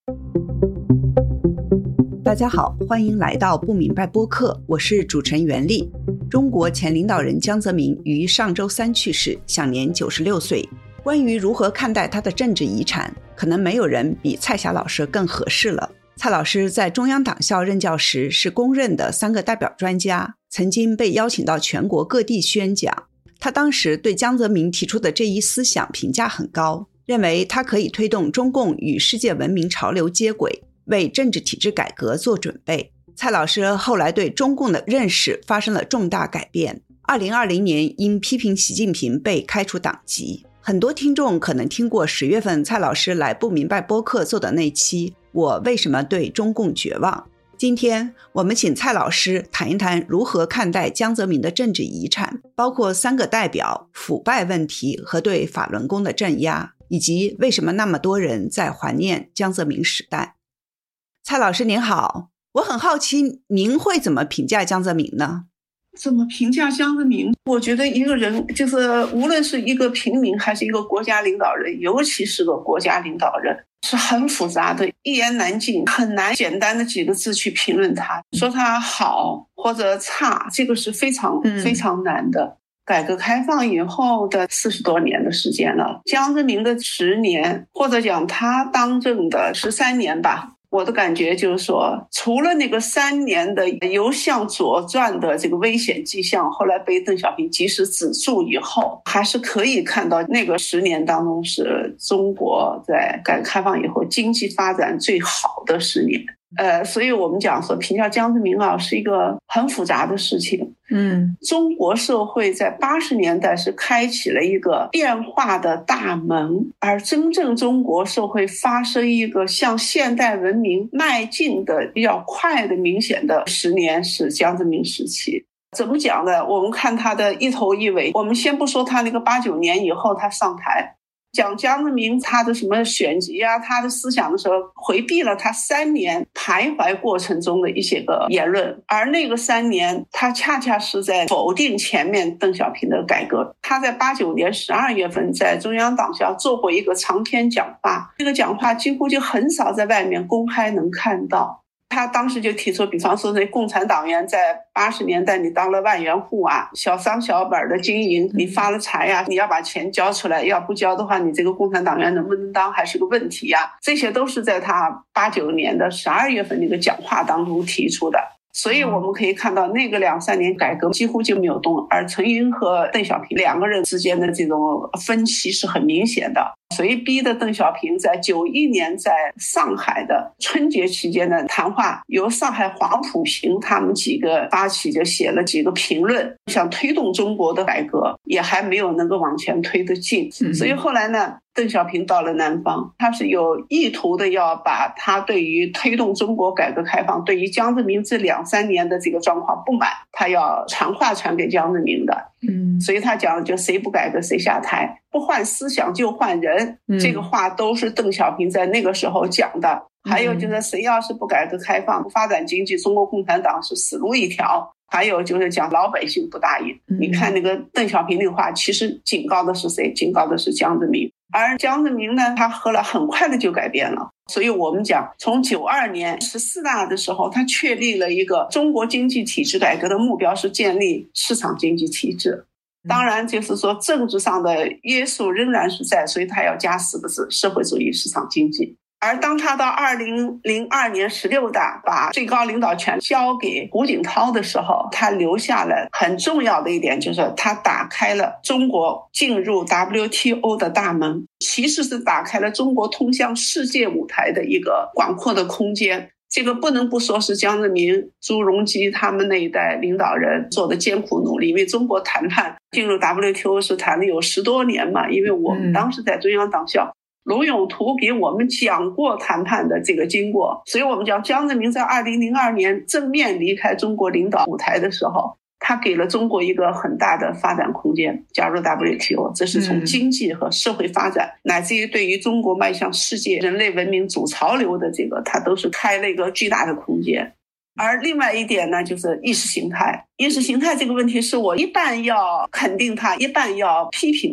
大家好，欢迎来到不明白播客，我是主持人袁丽。中国前领导人江泽民于上周三去世，享年96岁。关于如何看待他的政治遗产，可能没有人比蔡霞老师更合适了。蔡老师在中央党校任教时是公认的3个代表专家，曾经被邀请到全国各地宣讲。他当时对江泽民提出的这一思想评价很高，认为他可以推动中共与世界文明潮流接轨，为政治体制改革做准备。蔡老师后来对中共的认识发生了重大改变，2020年因批评习近平被开除党籍。很多听众可能听过10月份蔡老师来不明白播客做的那期我为什么对中共绝望。今天我们请蔡老师谈一谈如何看待江泽民的政治遗产，包括3个代表、腐败问题和对法轮功的镇压，以及为什么那么多人在怀念江泽民时代。蔡老师您好，我很好奇您会怎么评价江泽民呢？ 怎么评价江泽民？我觉得一个人就是无论是一个平民还是一个国家领导人，尤其是个国家领导人，是很复杂的，一言难尽，很难简单的几个字去评论他，说他好或者差，这个是非常非常难的。改革开放以后的40多年的时间了，江泽民的10年，或者讲他当政的13年吧，我的感觉就是说，除了那个3年的由向左转的这个危险迹象，后来被邓小平及时止住以后，还是可以看到那个10年当中是中国在改革开放以后经济发展最好的10年。所以我们讲说评价江泽民是一个很复杂的事情。中国社会在80年代是开启了一个变化的大门，而真正中国社会发生一个向现代文明迈进的比较快的明显的10年是江泽民时期。怎么讲呢？我们看他的一头一尾，我们先不说他那个89年以后他上台，讲江泽民他的什么选集啊，他的思想的时候，回避了他3年徘徊过程中的一些个言论，而那个3年他恰恰是在否定前面邓小平的改革。他在89年12月份在中央党校做过一个长篇讲话，这个讲话几乎就很少在外面公开能看到。他当时就提出，比方说那共产党员在80年代你当了万元户啊，小商小本的经营，你发了财啊，你要把钱交出来，要不交的话你这个共产党员能不能当还是个问题啊。这些都是在他89年的12月份那个讲话当中提出的。所以我们可以看到那个2-3年改革几乎就没有动，而陈云和邓小平2个人之间的这种分歧是很明显的，所以逼得邓小平在91年在上海的春节期间的谈话，由上海黄埔平他们几个发起，就写了几个评论，想推动中国的改革，也还没有能够往前推得进。所以后来呢，邓小平到了南方，他是有意图的要把他对于推动中国改革开放，对于江泽民这2-3年的这个状况不满，他要传话传给江泽民的。所以他讲的就谁不改革谁下台，不换思想就换人，这个话都是邓小平在那个时候讲的。还有就是谁要是不改革开放不发展经济，中国共产党是死路一条。还有就是讲老百姓不答应，你看那个邓小平那个话其实警告的是谁？警告的是江泽民。而江泽民呢，他后来很快的就改变了。所以我们讲从92年14大的时候，他确立了一个中国经济体制改革的目标，是建立市场经济体制。当然就是说政治上的约束仍然是在，所以他要加4个字：社会主义市场经济。而当他到2002年16大把最高领导权交给胡锦涛的时候，他留下了很重要的一点，就是他打开了中国进入 WTO 的大门，其实是打开了中国通向世界舞台的一个广阔的空间。这个不能不说是江泽民、朱镕基他们那一代领导人做的艰苦努力，因为中国谈判进入 WTO 是谈了有10多年嘛，因为我们当时在中央党校，卢永图给我们讲过谈判的这个经过，所以我们讲江泽民在2002年正面离开中国领导舞台的时候，他给了中国一个很大的发展空间，加入 WTO， 这是从经济和社会发展，乃至于对于中国迈向世界人类文明主潮流的这个，它都是开了一个巨大的空间。而另外一点呢，就是意识形态。意识形态这个问题是我一半要肯定它，一半要批评的。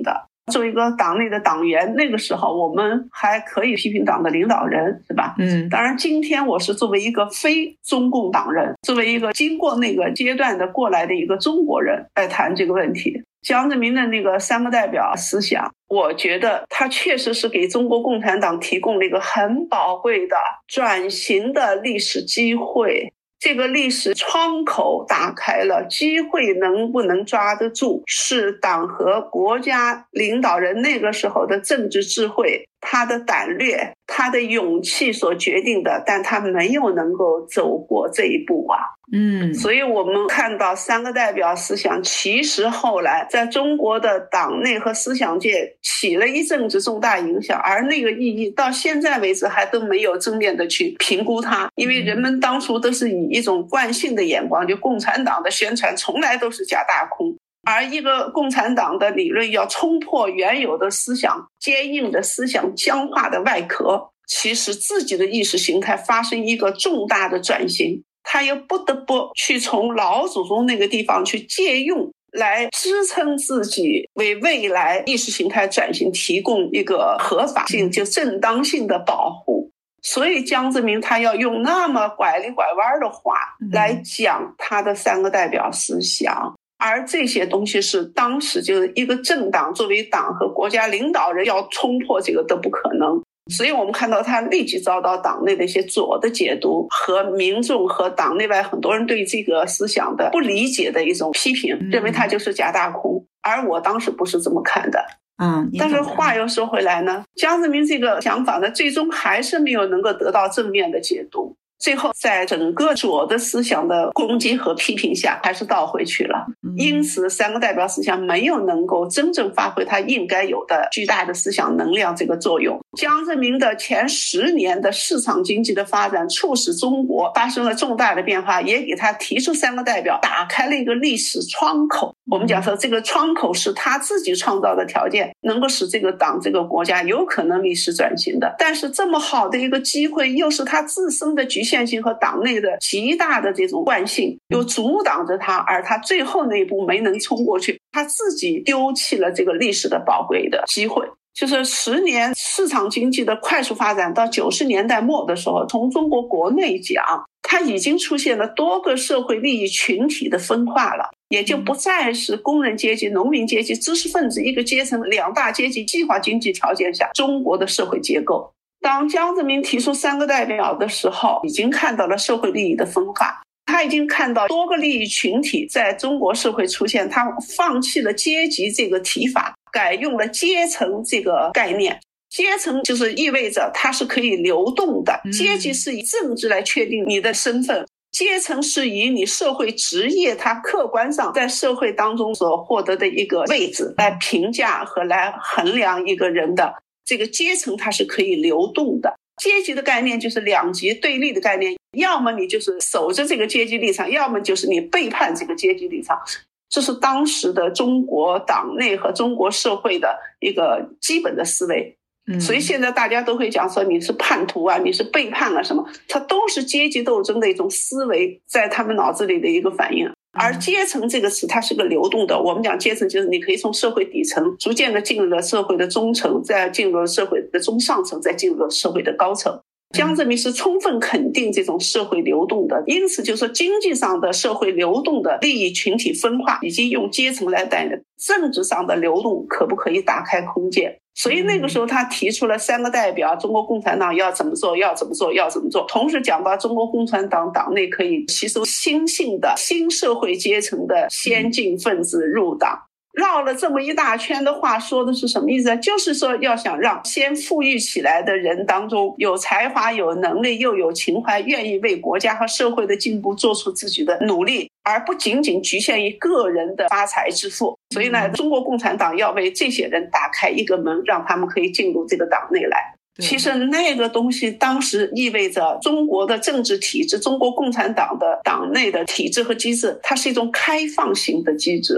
作为一个党内的党员，那个时候我们还可以批评党的领导人，是吧？当然今天我是作为一个非中共党人，作为一个经过那个阶段的过来的一个中国人来谈这个问题。江泽民的那个3个代表思想，我觉得他确实是给中国共产党提供了一个很宝贵的转型的历史机会。这个历史窗口打开了，机会能不能抓得住，是党和国家领导人那个时候的政治智慧，他的胆略，他的勇气所决定的，但他没有能够走过这一步啊。所以我们看到3个代表思想其实后来在中国的党内和思想界起了一阵子重大影响，而那个意义到现在为止还都没有正面的去评估它，因为人们当初都是以一种惯性的眼光，就共产党的宣传从来都是假大空，而一个共产党的理论要冲破原有的思想坚硬的思想僵化的外壳，其实自己的意识形态发生一个重大的转型，他又不得不去从老祖宗那个地方去借用来支撑自己，为未来意识形态转型提供一个合法性就正当性的保护。所以江泽民他要用那么拐里拐弯的话来讲他的3个代表思想，而这些东西是当时就是一个政党作为党和国家领导人要冲破这个都不可能。所以我们看到他立即遭到党内的一些左的解读和民众和党内外很多人对这个思想的不理解的一种批评，认为他就是假大空，而我当时不是这么看的。但是话又说回来呢，江泽民这个想法呢，最终还是没有能够得到正面的解读，最后在整个左的思想的攻击和批评下还是倒回去了。因此3个代表思想没有能够真正发挥它应该有的巨大的思想能量这个作用。江泽民的前10年的市场经济的发展促使中国发生了重大的变化，也给他提出3个代表打开了一个历史窗口。我们讲说这个窗口是他自己创造的条件，能够使这个党这个国家有可能历史转型的。但是这么好的一个机会，又是他自身的局限性和党内的极大的这种惯性又阻挡着他，而他最后那一步没能冲过去，他自己丢弃了这个历史的宝贵的机会。就是10年市场经济的快速发展到90年代末的时候，从中国国内讲，它已经出现了多个社会利益群体的分化了，也就不再是工人阶级、农民阶级、知识分子一个阶层2大阶级计划经济条件下中国的社会结构。当江泽民提出3个代表的时候，已经看到了社会利益的分化，他已经看到多个利益群体在中国社会出现，他放弃了阶级这个提法，改用了阶层这个概念。阶层就是意味着它是可以流动的，阶级是以政治来确定你的身份，阶层是以你社会职业它客观上在社会当中所获得的一个位置来评价和来衡量一个人的。这个阶层它是可以流动的。阶级的概念就是2极对立的概念，要么你就是守着这个阶级立场，要么就是你背叛这个阶级立场。这是当时的中国党内和中国社会的一个基本的思维。所以现在大家都会讲说你是叛徒啊，你是背叛啊什么，它都是阶级斗争的一种思维在他们脑子里的一个反应。而阶层这个词它是个流动的，我们讲阶层就是你可以从社会底层逐渐的进入了社会的中层，再进入了社会的中上层，再进入了社会的高层。江泽民是充分肯定这种社会流动的，因此就是经济上的社会流动的利益群体分化以及用阶层来代表，政治上的流动可不可以打开空间。所以那个时候他提出了3个代表，中国共产党要怎么做，要怎么做，要怎么做，同时讲到中国共产党党内可以吸收新兴的新社会阶层的先进分子入党。绕了这么一大圈的话，说的是什么意思？就是说要想让先富裕起来的人当中有才华、有能力又有情怀，愿意为国家和社会的进步做出自己的努力，而不仅仅局限于个人的发财致富。所以呢，中国共产党要为这些人打开一个门，让他们可以进入这个党内来。其实那个东西当时意味着中国的政治体制，中国共产党的党内的体制和机制，它是一种开放型的机制了。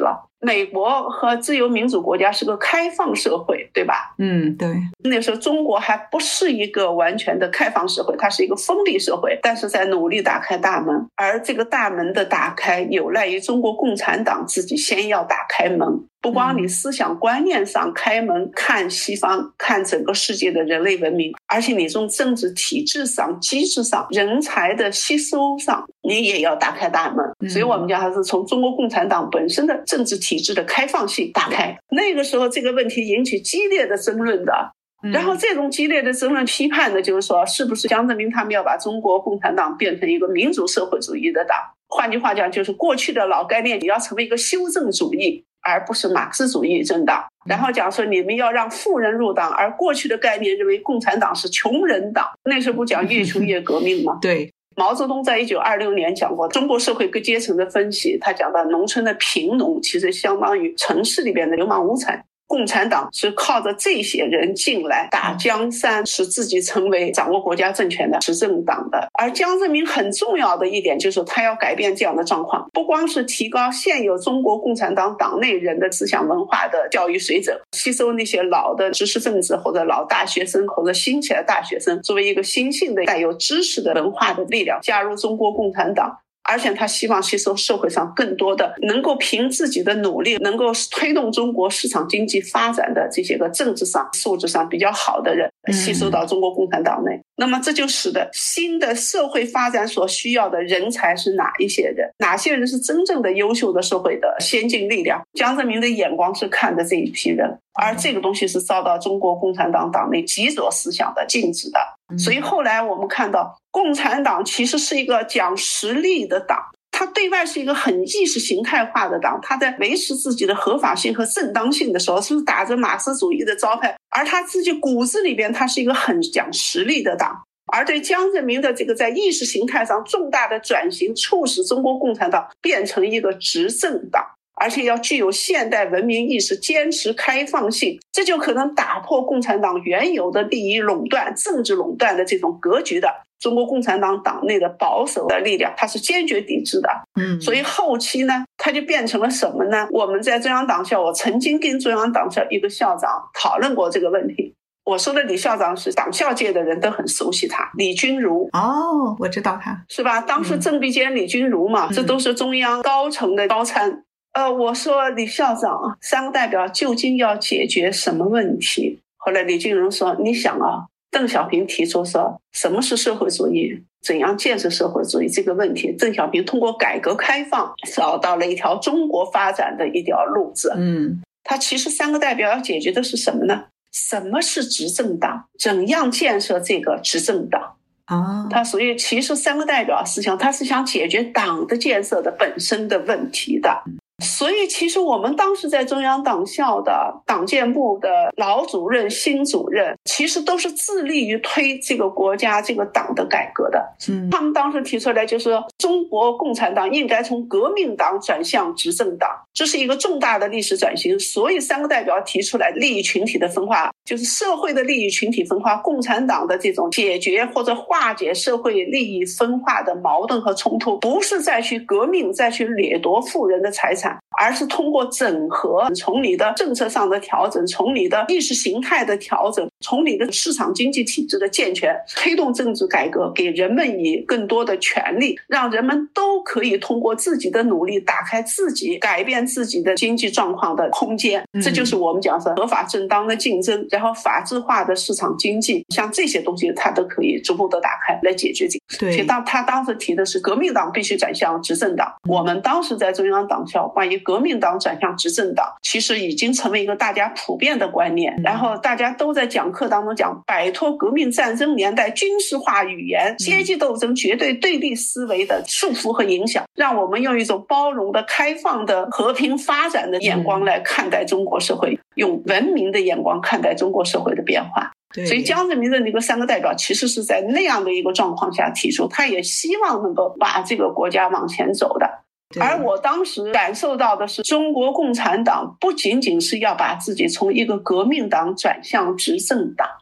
美国和自由民主国家是个开放社会，对吧？ 对。 那时候中国还不是一个完全的开放社会，它是一个封闭社会，但是在努力打开大门。而这个大门的打开有赖于中国共产党自己先要打开门，不光你思想观念上开门看西方，看整个世界的人类文明，而且你从政治体制上、机制上、人才的吸收上，你也要打开大门。所以我们讲还是从中国共产党本身的政治体制的开放性打开。那个时候这个问题引起激烈的争论的，然后这种激烈的争论批判的就是说，是不是江泽民他们要把中国共产党变成一个民主社会主义的党，换句话讲就是过去的老概念你要成为一个修正主义而不是马克思主义政党，然后讲说你们要让富人入党，而过去的概念认为共产党是穷人党，那时候不讲越穷越革命吗？ 对， 毛泽东在1926年讲过中国社会各阶层的分析，他讲到农村的贫农其实相当于城市里边的流氓无产，共产党是靠着这些人进来打江山，使自己成为掌握国家政权的执政党的。而江泽民很重要的一点就是他要改变这样的状况，不光是提高现有中国共产党党内人的思想文化的教育水准，吸收那些老的知识分子或者老大学生或者新起来的大学生作为一个新兴的带有知识的文化的力量加入中国共产党，而且他希望吸收社会上更多的能够凭自己的努力能够推动中国市场经济发展的这些个政治上素质上比较好的人吸收到中国共产党内。那么这就使得新的社会发展所需要的人才是哪一些人，哪些人是真正的优秀的社会的先进力量，江泽民的眼光是看的这一批人，而这个东西是遭到中国共产党党内极左思想的禁止的。所以后来我们看到共产党其实是一个讲实力的党，它对外是一个很意识形态化的党，它在维持自己的合法性和正当性的时候是不是打着马克思主义的招牌，而他自己骨子里边它是一个很讲实力的党。而对江泽民的这个在意识形态上重大的转型，促使中国共产党变成一个执政党，而且要具有现代文明意识，坚持开放性，这就可能打破共产党原有的利益垄断、政治垄断的这种格局的。中国共产党党内的保守的力量它是坚决抵制的。所以后期呢它就变成了什么呢？我们在中央党校，我曾经跟中央党校一个校长讨论过这个问题。我说的李校长是党校界的人都很熟悉他，李君儒。 哦，我知道他， 是吧？当时郑必坚、李君儒嘛，这都是中央高层的高参。我说李校长，三个代表究竟要解决什么问题？后来李君儒说，你想啊，邓小平提出说什么是社会主义，怎样建设社会主义这个问题，邓小平通过改革开放找到了一条中国发展的一条路子。他其实三个代表要解决的是什么呢？什么是执政党？怎样建设这个执政党？他所以其实三个代表思想，他是想解决党的建设的本身的问题的。所以其实我们当时在中央党校的党建部的老主任、新主任，其实都是致力于推这个国家这个党的改革的。他们当时提出来就是说，中国共产党应该从革命党转向执政党，这是一个重大的历史转型。所以三个代表提出来利益群体的分化，就是社会的利益群体分化，共产党的这种解决或者化解社会利益分化的矛盾和冲突，不是再去革命，再去掠夺富人的财产，而是通过整合，从你的政策上的调整，从你的意识形态的调整，从你的市场经济体制的健全，推动政治改革，给人们以更多的权利，让人们都可以通过自己的努力打开自己改变自己的经济状况的空间。这就是我们讲的合法正当的竞争，然后法治化的市场经济，像这些东西它都可以逐步的打开来解决这个。所以他当时提的是革命党必须转向执政党。我们当时在中央党校关于革命党转向执政党其实已经成为一个大家普遍的观念，然后大家都在讲课当中讲摆脱革命战争年代军事化语言、阶级斗争绝对对立思维的束缚和影响，让我们用一种包容的、开放的、和平发展的眼光来看待中国社会，用文明的眼光看待中国社会的变化。所以江泽民的那个三个代表其实是在那样的一个状况下提出，他也希望能够把这个国家往前走的。而我当时感受到的是，中国共产党不仅仅是要把自己从一个革命党转向执政党，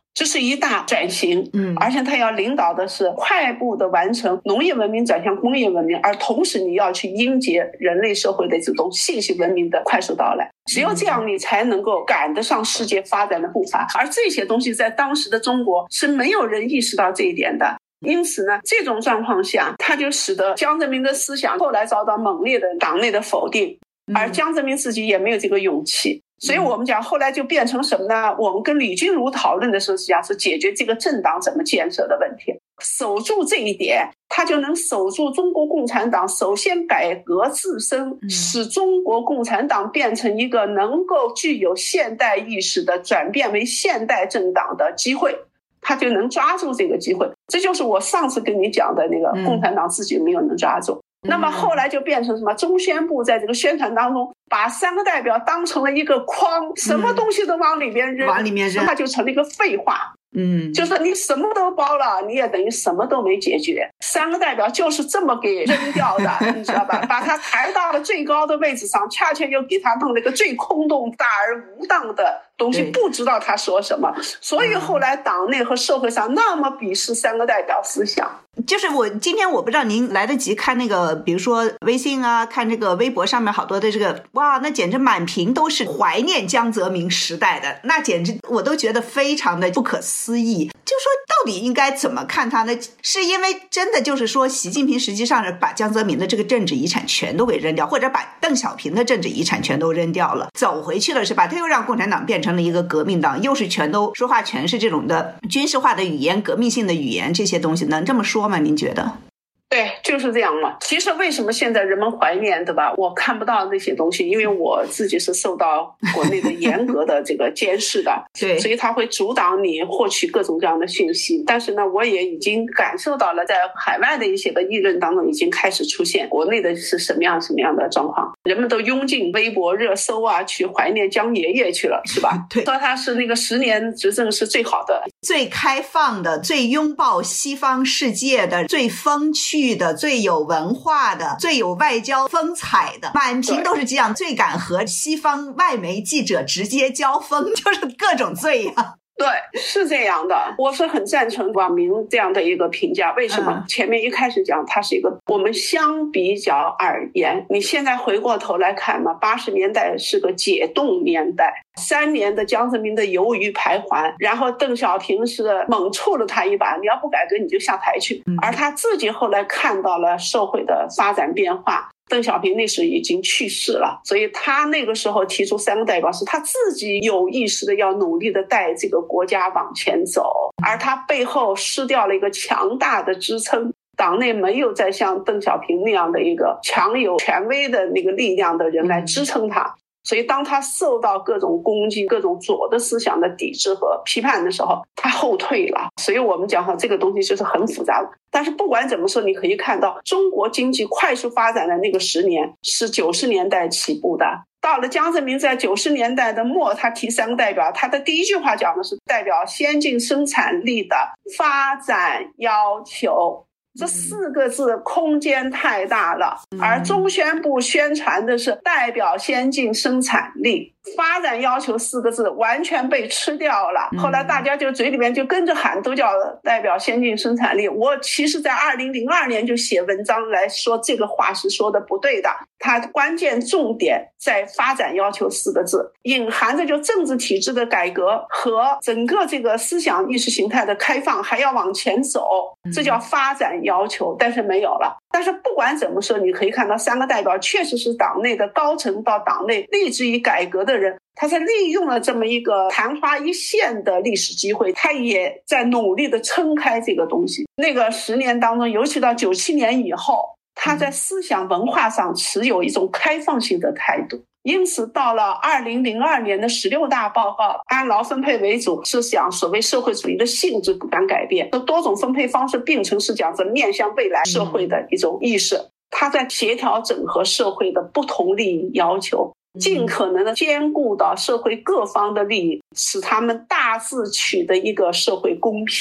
这是一大转型，而且他要领导的是快步的完成农业文明转向工业文明，而同时你要去迎接人类社会的这种信息文明的快速到来。只有这样，你才能够赶得上世界发展的步伐。而这些东西在当时的中国是没有人意识到这一点的。因此呢，这种状况下，它就使得江泽民的思想后来遭到猛烈的党内的否定，而江泽民自己也没有这个勇气。所以我们讲后来就变成什么呢？我们跟李君儒讨论的时候，实际上是解决这个政党怎么建设的问题。守住这一点，他就能守住中国共产党首先改革自身，使中国共产党变成一个能够具有现代意识的转变为现代政党的机会，他就能抓住这个机会。这就是我上次跟你讲的那个共产党自己没有能抓住。那么后来就变成什么？中宣部在这个宣传当中把三个代表当成了一个筐，什么东西都往里面扔，它就成了一个废话。就是你什么都包了，你也等于什么都没解决。三个代表就是这么给扔掉的，你知道吧？把他抬到了最高的位置上，恰恰又给他弄了一个最空洞大而无当的东西，不知道他说什么。所以后来党内和社会上那么鄙视三个代表思想。 就是今天我不知道您来得及看那个，比如说微信啊，看这个微博上面好多的这个，哇，那简直满屏都是怀念江泽民时代的，那简直我都觉得非常的不可思议。就说到底应该怎么看他呢？是因为真的就是说习近平实际上是把江泽民的这个政治遗产全都给扔掉，或者把邓小平的政治遗产全都扔掉了，走回去了是吧？他又让共产党变成了一个革命党，又是全都说话全是这种的军事化的语言、革命性的语言，这些东西能这么说吗？您觉得？ 对，就是这样嘛。其实为什么现在人们怀念，对吧？我看不到那些东西，因为我自己是受到国内的严格的这个监视的， 对， 所以它会阻挡你获取各种各样的信息。但是呢，我也已经感受到了，在海外的一些个议论当中，已经开始出现国内的是什么样的状况。人们都涌进微博热搜啊，去怀念江爷爷去了，是吧？ 对， 说他是那个10年执政是最好的、 最开放的、最拥抱西方世界的、最风趣的、最有文化的、最有外交风采的，满屏都是这样，最敢和西方外媒记者直接交锋，就是各种罪呀。 对，是这样的，我是很赞成网民这样的一个评价。为什么？前面一开始讲它是一个，我们相比较而言，你现在回过头来看嘛，80年代是个解冻年代，3年的江泽民的犹豫徘徊，然后邓小平是猛触了他一把，你要不改革你就下台去，而他自己后来看到了社会的发展变化。邓小平那时已经去世了，所以他那个时候提出3个代表是他自己有意识的要努力的带这个国家往前走，而他背后失掉了一个强大的支撑，党内没有再像邓小平那样的一个强有权威的那个力量的人来支撑他。所以当他受到各种攻击、各种左的思想的抵制和批判的时候，他后退了。所以我们讲这个东西就是很复杂的。但是不管怎么说，你可以看到中国经济快速发展的那个10年是90年代起步的。到了江泽民在90年代的末，他提3个代表，他的第一句话讲的是代表先进生产力的发展要求。这4个字空间太大了，而中宣部宣传的是代表先进生产力，发展要求4个字完全被吃掉了。后来大家就嘴里面就跟着喊，都叫代表先进生产力。我其实在2002年就写文章来说这个话是说的不对的，它关键重点在发展要求4个字，隐含着就政治体制的改革和整个这个思想意识形态的开放还要往前走，这叫发展要求，但是没有了。但是不管怎么说，你可以看到3个代表确实是党内的高层到党内立志于改革的人，他是利用了这么一个昙花一现的历史机会，他也在努力的撑开这个东西。那个10年当中，尤其到97年以后，他在思想文化上持有一种开放性的态度。因此到了2002年的16大报告，按劳分配为主，是讲所谓社会主义的性质不敢改变，多种分配方式并成，是讲着面向未来社会的一种意识。他在协调整合社会的不同利益要求，尽可能的兼顾到社会各方的利益，使他们大致取得一个社会公平。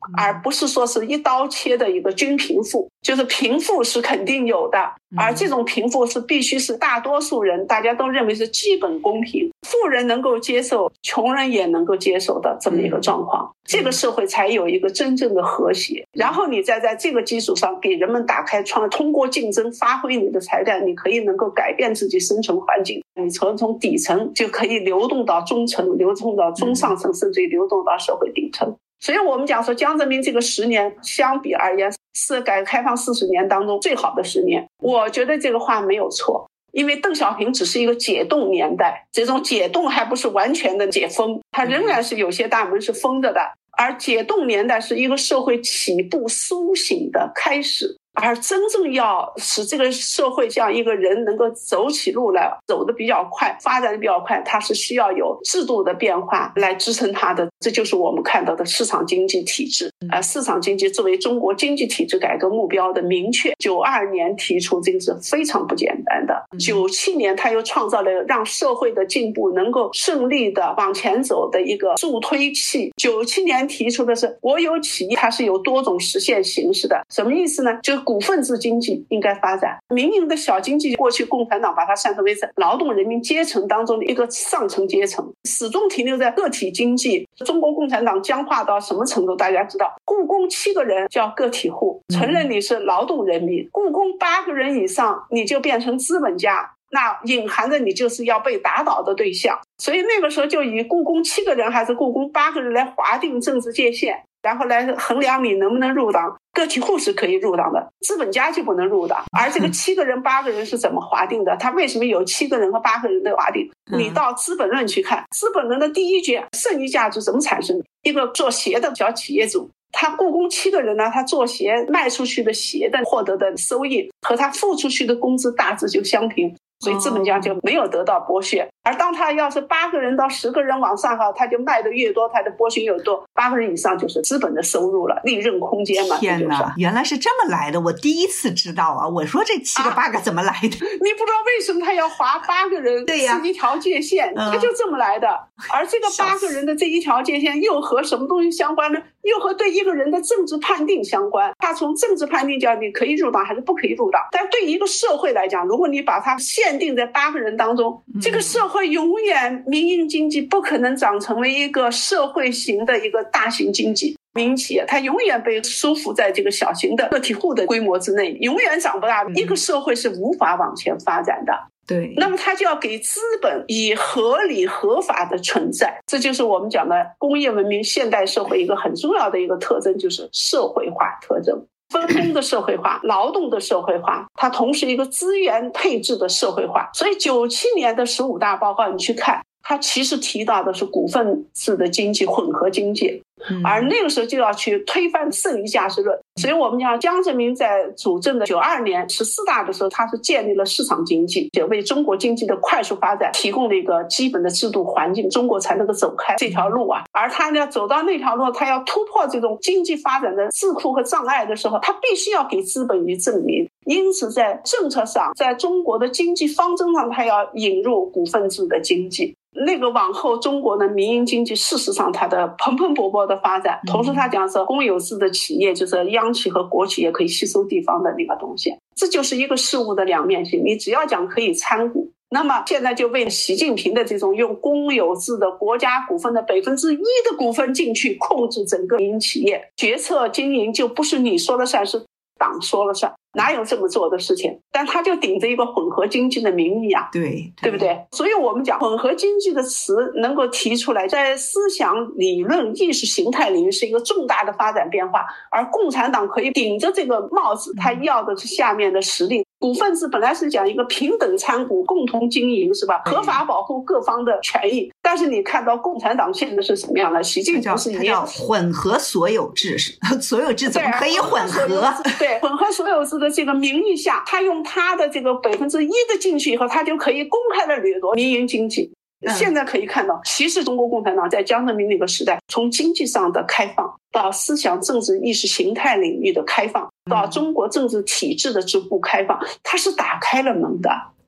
而不是说是一刀切的一个均贫富。就是贫富是肯定有的，而这种贫富是必须是大多数人大家都认为是基本公平，富人能够接受，穷人也能够接受的这么一个状况，这个社会才有一个真正的和谐。然后你再在这个基础上给人们打开窗，通过竞争发挥你的才干，你可以能够改变自己生存环境，你从底层就可以流动到中层，流动到中上层，甚至于流动到社会顶层。所以我们讲说江泽民这个10年相比而言是改革开放40年当中最好的10年，我觉得这个话没有错。因为邓小平只是一个解冻年代，这种解冻还不是完全的解封，它仍然是有些大门是封着的，而解冻年代是一个社会起步苏醒的开始。而真正要使这个社会这样一个人能够走起路来，走得比较快，发展得比较快，它是需要有制度的变化来支撑它的。这就是我们看到的市场经济体制。市场经济作为中国经济体制改革目标的明确，92年提出，这个是非常不简单的。97年他又创造了让社会的进步能够顺利的往前走的一个助推器。97年提出的是国有企业它是有多种实现形式的，什么意思呢？就是股份制经济应该发展，民营的小经济，过去共产党把它算成为是劳动人民阶层当中的一个上层阶层，始终停留在个体经济。中国共产党僵化到什么程度？大家知道，故宫7个人叫个体户，承认你是劳动人民；故宫8个人以上，你就变成资本家，那隐含着你就是要被打倒的对象。所以那个时候就以故宫7个人还是故宫8个人来划定政治界限，然后来衡量你能不能入党。个体户是可以入党的，资本家就不能入党。而这个7个人8个人是怎么划定的？他为什么有7个人和8个人的划定？你到《资本论》去看，《资本论》的第1卷，剩余价值怎么产生的？一个做鞋的小企业主，他故宫7个人呢，他做鞋卖出去的鞋的获得的收益和他付出去的工资大致就相平，所以资本家就没有得到剥削。而当他要是8个人到10个人往上哈，他就卖的越多，他的剥削越多。8个人以上就是资本的收入了，利润空间嘛。 天哪，原来是这么来的，我第一次知道啊！我说这7个8个怎么来的？ 你不知道为什么他要划8个人， 对呀， 是一条界限，他就这么来的。而这个8个人的这一条界限又和什么东西相关呢？又和对一个人的政治判定相关。他从政治判定讲你可以入党还是不可以入党，但对一个社会来讲，如果你把它限定在8个人当中，这个社会永远民营经济不可能长成为一个社会型的一个大型经济。民营企业它永远被束缚在这个小型的个体户的规模之内，永远长不大。一个社会是无法往前发展的。 对， 那么它就要给资本以合理合法的存在，这就是我们讲的工业文明现代社会一个很重要的一个特征，就是社会化特征。分工的社会化，劳动的社会化，它同时一个资源配置的社会化。所以97年的15大报告你去看，它其实提到的是股份制的经济、混合经济，而那个时候就要去推翻剩余价值论。所以我们讲江泽民在主政的92年14大的时候，他是建立了市场经济，就为中国经济的快速发展提供了一个基本的制度环境，中国才能够走开这条路啊。而他要走到那条路，他要突破这种经济发展的桎梏和障碍的时候，他必须要给资本以证明。因此在政策上，在中国的经济方针上，他要引入股份制的经济。那个往后中国的民营经济事实上它的蓬勃勃的发展，同时他讲是公有制的企业，就是央企和国企也可以吸收地方的那个东西，这就是一个事物的两面性。你只要讲可以参股，那么现在就为习近平的这种用公有制的国家股份的1%的股份进去控制整个民营企业，决策经营就不是你说了算，是党说了算，哪有这么做的事情？但他就顶着一个混合经济的名义啊，对不对？所以我们讲混合经济的词能够提出来，在思想理论意识形态领域是一个重大的发展变化，而共产党可以顶着这个帽子，他要的是下面的实力。股份制本来是讲一个平等参股、共同经营，是吧？合法保护各方的权益。但是你看到共产党现在是什么样的？习近平是一样混合所有制，所有制怎么可以混合？ 对，混合所有制的这个名义下，他用他的这个1%的进去以后，他就可以公开的掠夺民营经济。现在可以看到，其实中国共产党在江泽民那个时代，从经济上的开放到思想政治意识形态领域的开放，到中国政治体制的逐步开放，它是打开了门的。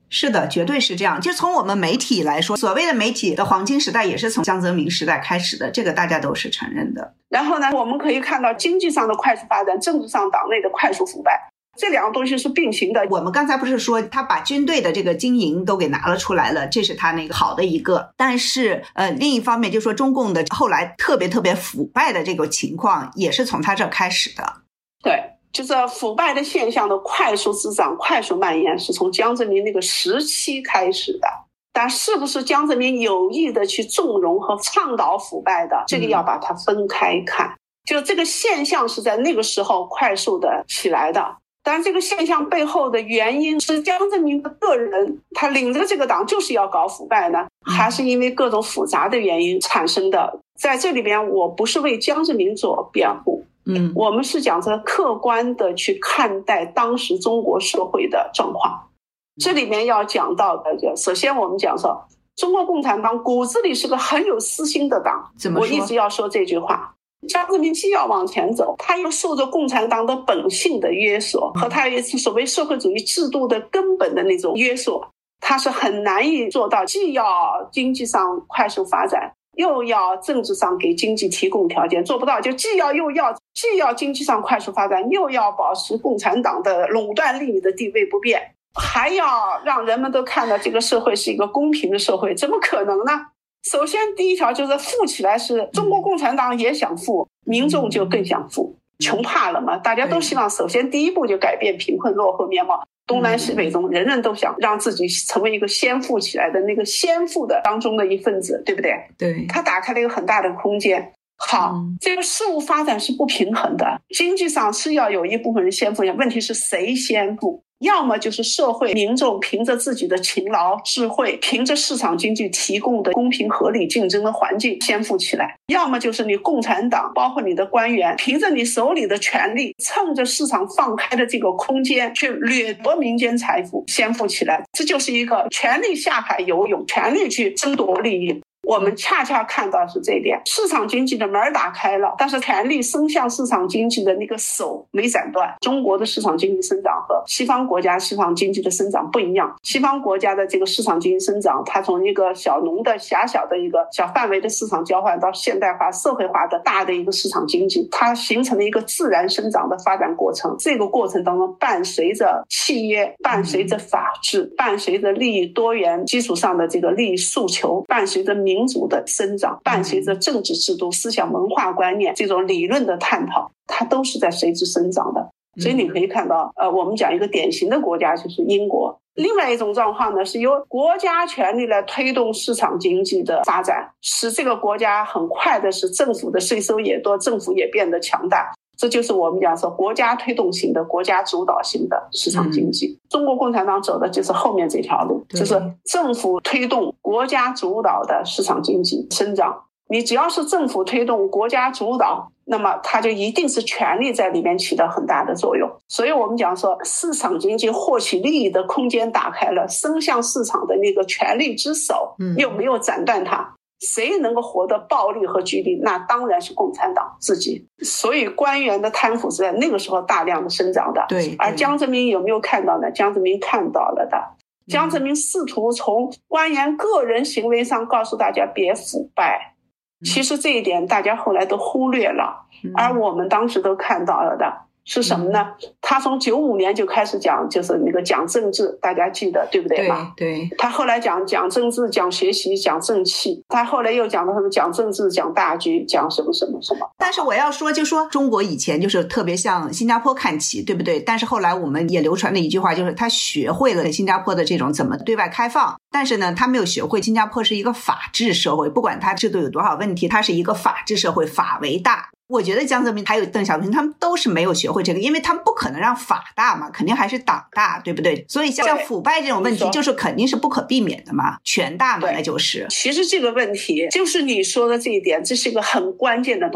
是的，绝对是这样。就从我们媒体来说，所谓的媒体的黄金时代也是从江泽民时代开始的，这个大家都是承认的。 然后呢，我们可以看到经济上的快速发展，政治上党内的快速腐败，这两个东西是并行的。 我们刚才不是说他把军队的这个经营都给拿了出来了，这是他那个好的一个。但是另一方面就说中共的后来特别腐败的这个情况也是从他这开始的。 对，就是腐败的现象的快速滋长、快速蔓延是从江泽民那个时期开始的。但是不是江泽民有意的去纵容和倡导腐败的，这个要把它分开看。就这个现象是在那个时候快速的起来的，但这个现象背后的原因是江泽民的个人他领着这个党就是要搞腐败呢，还是因为各种复杂的原因产生的。在这里边我不是为江泽民做辩护，我们是讲着客观的去看待当时中国社会的状况。这里面要讲到的，首先我们讲说中国共产党骨子里是个很有私心的党。 怎么说？ 我一直要说这句话，江泽民既要往前走，他又受着共产党的本性的约束和他所谓社会主义制度的根本的那种约束，他是很难以做到既要经济上快速发展，又要政治上给经济提供条件，做不到。就既要经济上快速发展，又要保持共产党的垄断利益的地位不变，还要让人们都看到这个社会是一个公平的社会，怎么可能呢？首先第一条就是富起来，是中国共产党也想富，民众就更想富，穷怕了嘛，大家都希望首先第一步就改变贫困落后面貌，东南西北中人人都想让自己成为一个先富起来的那个先富的当中的一份子，对不对？ 对， 他打开了一个很大的空间。好，这个事物发展是不平衡的，经济上是要有一部分人先富，问题是谁先富？要么就是社会民众凭着自己的勤劳智慧，凭着市场经济提供的公平合理竞争的环境先富起来，要么就是你共产党包括你的官员凭着你手里的权力，趁着市场放开的这个空间去掠夺民间财富先富起来。这就是一个权力下海游泳，权力去争夺利益。我们恰恰看到是这一点，市场经济的门打开了，但是权力伸向市场经济的那个手没斩断。中国的市场经济生长和西方国家市场经济的生长不一样，西方国家的这个市场经济生长，它从一个小农的狭小的一个小范围的市场交换到现代化社会化的大的一个市场经济，它形成了一个自然生长的发展过程。这个过程当中伴随着契约，伴随着法治，伴随着利益多元基础上的这个利益诉求，伴随着民主的生长，伴随着政治制度、思想文化观念这种理论的探讨，它都是在随之生长的。所以你可以看到我们讲一个典型的国家就是英国。另外一种状况呢，是由国家权力来推动市场经济的发展，使这个国家很快的是政府的税收也多，政府也变得强大。这就是我们讲说国家推动型的、国家主导型的市场经济。中国共产党走的就是后面这条路，就是政府推动国家主导的市场经济生长。你只要是政府推动、国家主导，那么它就一定是权力在里面起到很大的作用。所以我们讲说市场经济获取利益的空间打开了，伸向市场的那个权力之手又没有斩断它。谁能够获得暴利和居利？那当然是共产党自己。所以官员的贪腐是在那个时候大量的生长的。 对。 而江泽民有没有看到呢？江泽民看到了的。江泽民试图从官员个人行为上告诉大家别腐败。其实这一点大家后来都忽略了，而我们当时都看到了的是什么呢？他从95年就开始讲，就是那个讲政治，大家记得对不对嘛？ 对。 他后来讲政治、讲学习、讲正气，他后来又讲到什么讲政治、讲大局、讲什么什么什么。 但是我要说，就说中国以前就是特别向新加坡看齐，对不对？但是后来我们也流传的一句话，就是他学会了新加坡的这种怎么对外开放，但是呢，他没有学会新加坡是一个法治社会，不管他制度有多少问题，它是一个法治社会，法为大。我觉得江泽民还有邓小平他们都是没有学会这个，因为他们不可能让法大嘛，肯定还是党大，对不对？所以像腐败这种问题就是肯定是不可避免的嘛，权大嘛，那就是。 其实这个问题就是你说的这一点，这是一个很关键的东西。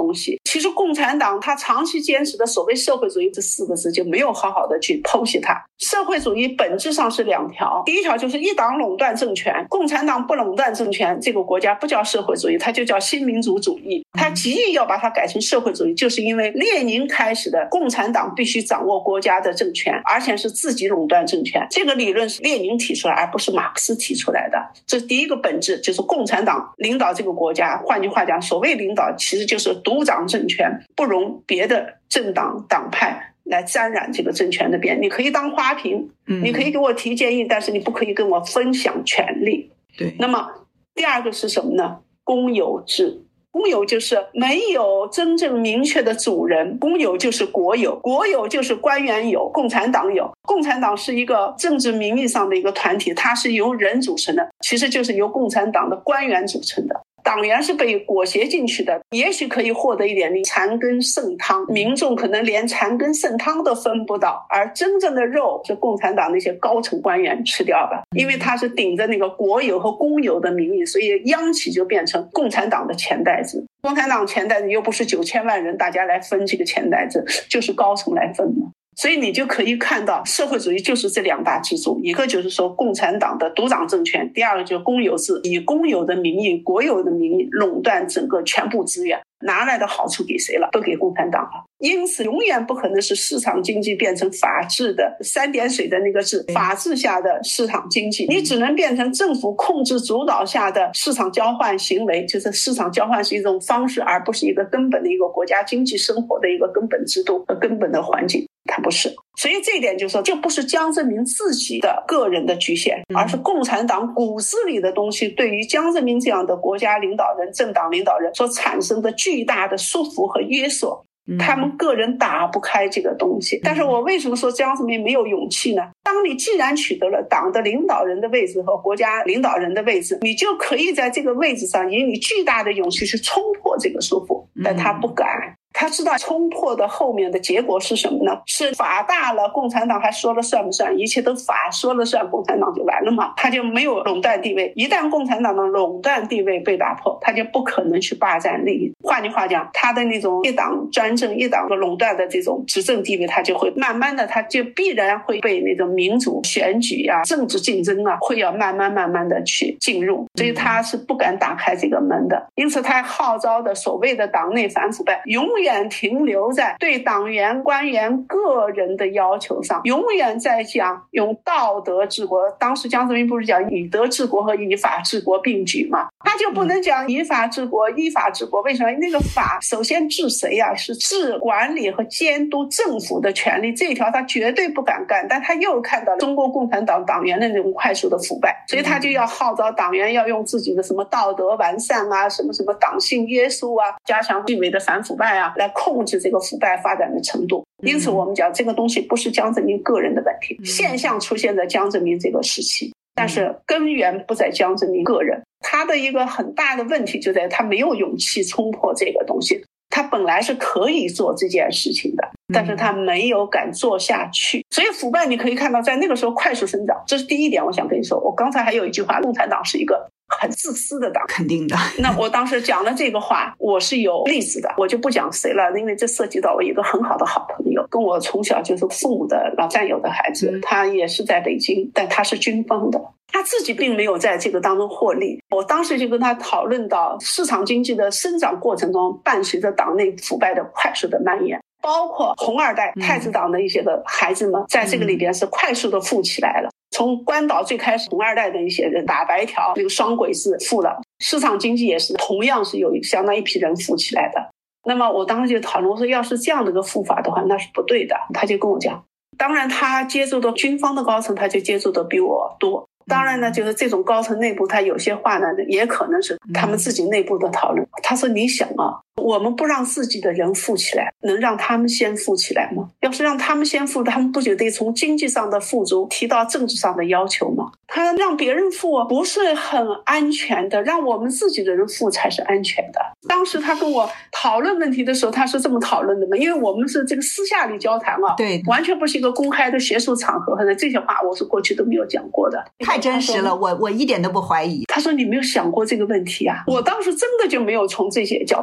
其实共产党他长期坚持的所谓社会主义这4个字就没有好好的去剖析它。社会主义本质上是2条，第一条就是一党垄断政权，共产党不垄断政权，这个国家不叫社会主义，它就叫新民主主义。他急于要把它改成社会主义，就是因为列宁开始的共产党必须掌握国家的政权，而且是自己垄断政权。这个理论是列宁提出来，而不是马克思提出来的。这是第一个本质，就是共产党领导这个国家。换句话讲，所谓领导其实就是独掌政权，不容别的政党党派来沾染这个政权的边。你可以当花瓶，你可以给我提建议，但是你不可以跟我分享权利。 对。 那么第二个是什么呢？公有制。公有就是没有真正明确的主人，公有就是国有，国有就是官员有，共产党有。共产党是一个政治名义上的一个团体，它是由人组成的，其实就是由共产党的官员组成的。党员是被裹挟进去的，也许可以获得一点残羹剩汤，民众可能连残羹剩汤都分不到，而真正的肉是共产党那些高层官员吃掉的，因为他是顶着那个国有和公有的名义，所以央企就变成共产党的钱袋子。共产党钱袋子又不是9000万人大家来分这个钱袋子，就是高层来分的。所以你就可以看到社会主义就是这2大支柱，一个就是说共产党的独掌政权，第二个就是公有制，以公有的名义国有的名义垄断整个全部资源，拿来的好处给谁了？都给共产党了。因此永远不可能是市场经济变成法治的3点水的那个字，法治下的市场经济，你只能变成政府控制主导下的市场交换行为，就是市场交换是一种方式，而不是一个根本的一个国家经济生活的一个根本制度和根本的环境，它不是。所以这一点就是说，这不是江泽民自己的个人的局限，而是共产党骨子里的东西对于江泽民这样的国家领导人、政党领导人所产生的巨大的束缚和约束，他们个人打不开这个东西。但是我为什么说江泽民没有勇气呢？当你既然取得了党的领导人的位置和国家领导人的位置，你就可以在这个位置上以你巨大的勇气去冲破这个束缚，但他不敢。他知道冲破的后面的结果是什么呢？是法大了，共产党还说了算不算？一切都法说了算，共产党就完了嘛？他就没有垄断地位。一旦共产党的垄断地位被打破，他就不可能去霸占利益。换句话讲，他的那种一党专政、一党的垄断的这种执政地位，他就会慢慢的，他就必然会被那种民主选举啊、政治竞争啊，会要慢慢的去进入。所以他是不敢打开这个门的。因此他号召的所谓的党内反腐败，永远停留在对党员官员个人的要求上，永远在讲用道德治国。当时江泽民不是讲以德治国和以法治国并举吗？他就不能讲以法治国、依法治国。为什么？那个法首先治谁啊？是治管理和监督政府的权利，这一条他绝对不敢干。但他又看到了中国共产党党员的那种快速的腐败，所以他就要号召党员要用自己的什么道德完善啊，什么党性约束啊，加强纪委的反腐败啊，来控制这个腐败发展的程度。因此我们讲这个东西不是江泽民个人的问题，现象出现在江泽民这个时期，但是根源不在江泽民个人。他的一个很大的问题就在他没有勇气冲破这个东西。他本来是可以做这件事情的，但是他没有敢做下去。所以腐败你可以看到在那个时候快速生长，这是第一点我想跟你说。我刚才还有一句话，共产党是一个很自私的党， 肯定的。 那我当时讲了这个话，我是有例子的，我就不讲谁了，因为这涉及到我一个很好的好朋友，跟我从小就是父母的老战友的孩子，他也是在北京，但他是军方的，他自己并没有在这个当中获利。我当时就跟他讨论到市场经济的生长过程中伴随着党内腐败的快速的蔓延，包括红二代太子党的一些个孩子们在这个里边是快速的富起来了。从关岛最开始红二代的一些人打白条，这个双轨制富了，市场经济也是同样是有相当一批人富起来的。那么我当时就讨论，我说要是这样的一个富法的话那是不对的。他就跟我讲，当然他接触的军方的高层他就接触的比我多，当然呢就是这种高层内部他有些话呢也可能是他们自己内部的讨论。他说你想啊，我们不让自己的人富起来，能让他们先富起来吗？要是让他们先富，他们不就得从经济上的富足提到政治上的要求吗？他让别人富不是很安全的，让我们自己的人富才是安全的。当时他跟我讨论问题的时候他是这么讨论的嘛，因为我们是这个私下里交谈啊， 对， 完全不是一个公开的学术场合，这些话我是过去都没有讲过的。 太真实了，我一点都不怀疑。 他说你没有想过这个问题啊？我当时真的就没有从这些角度讲。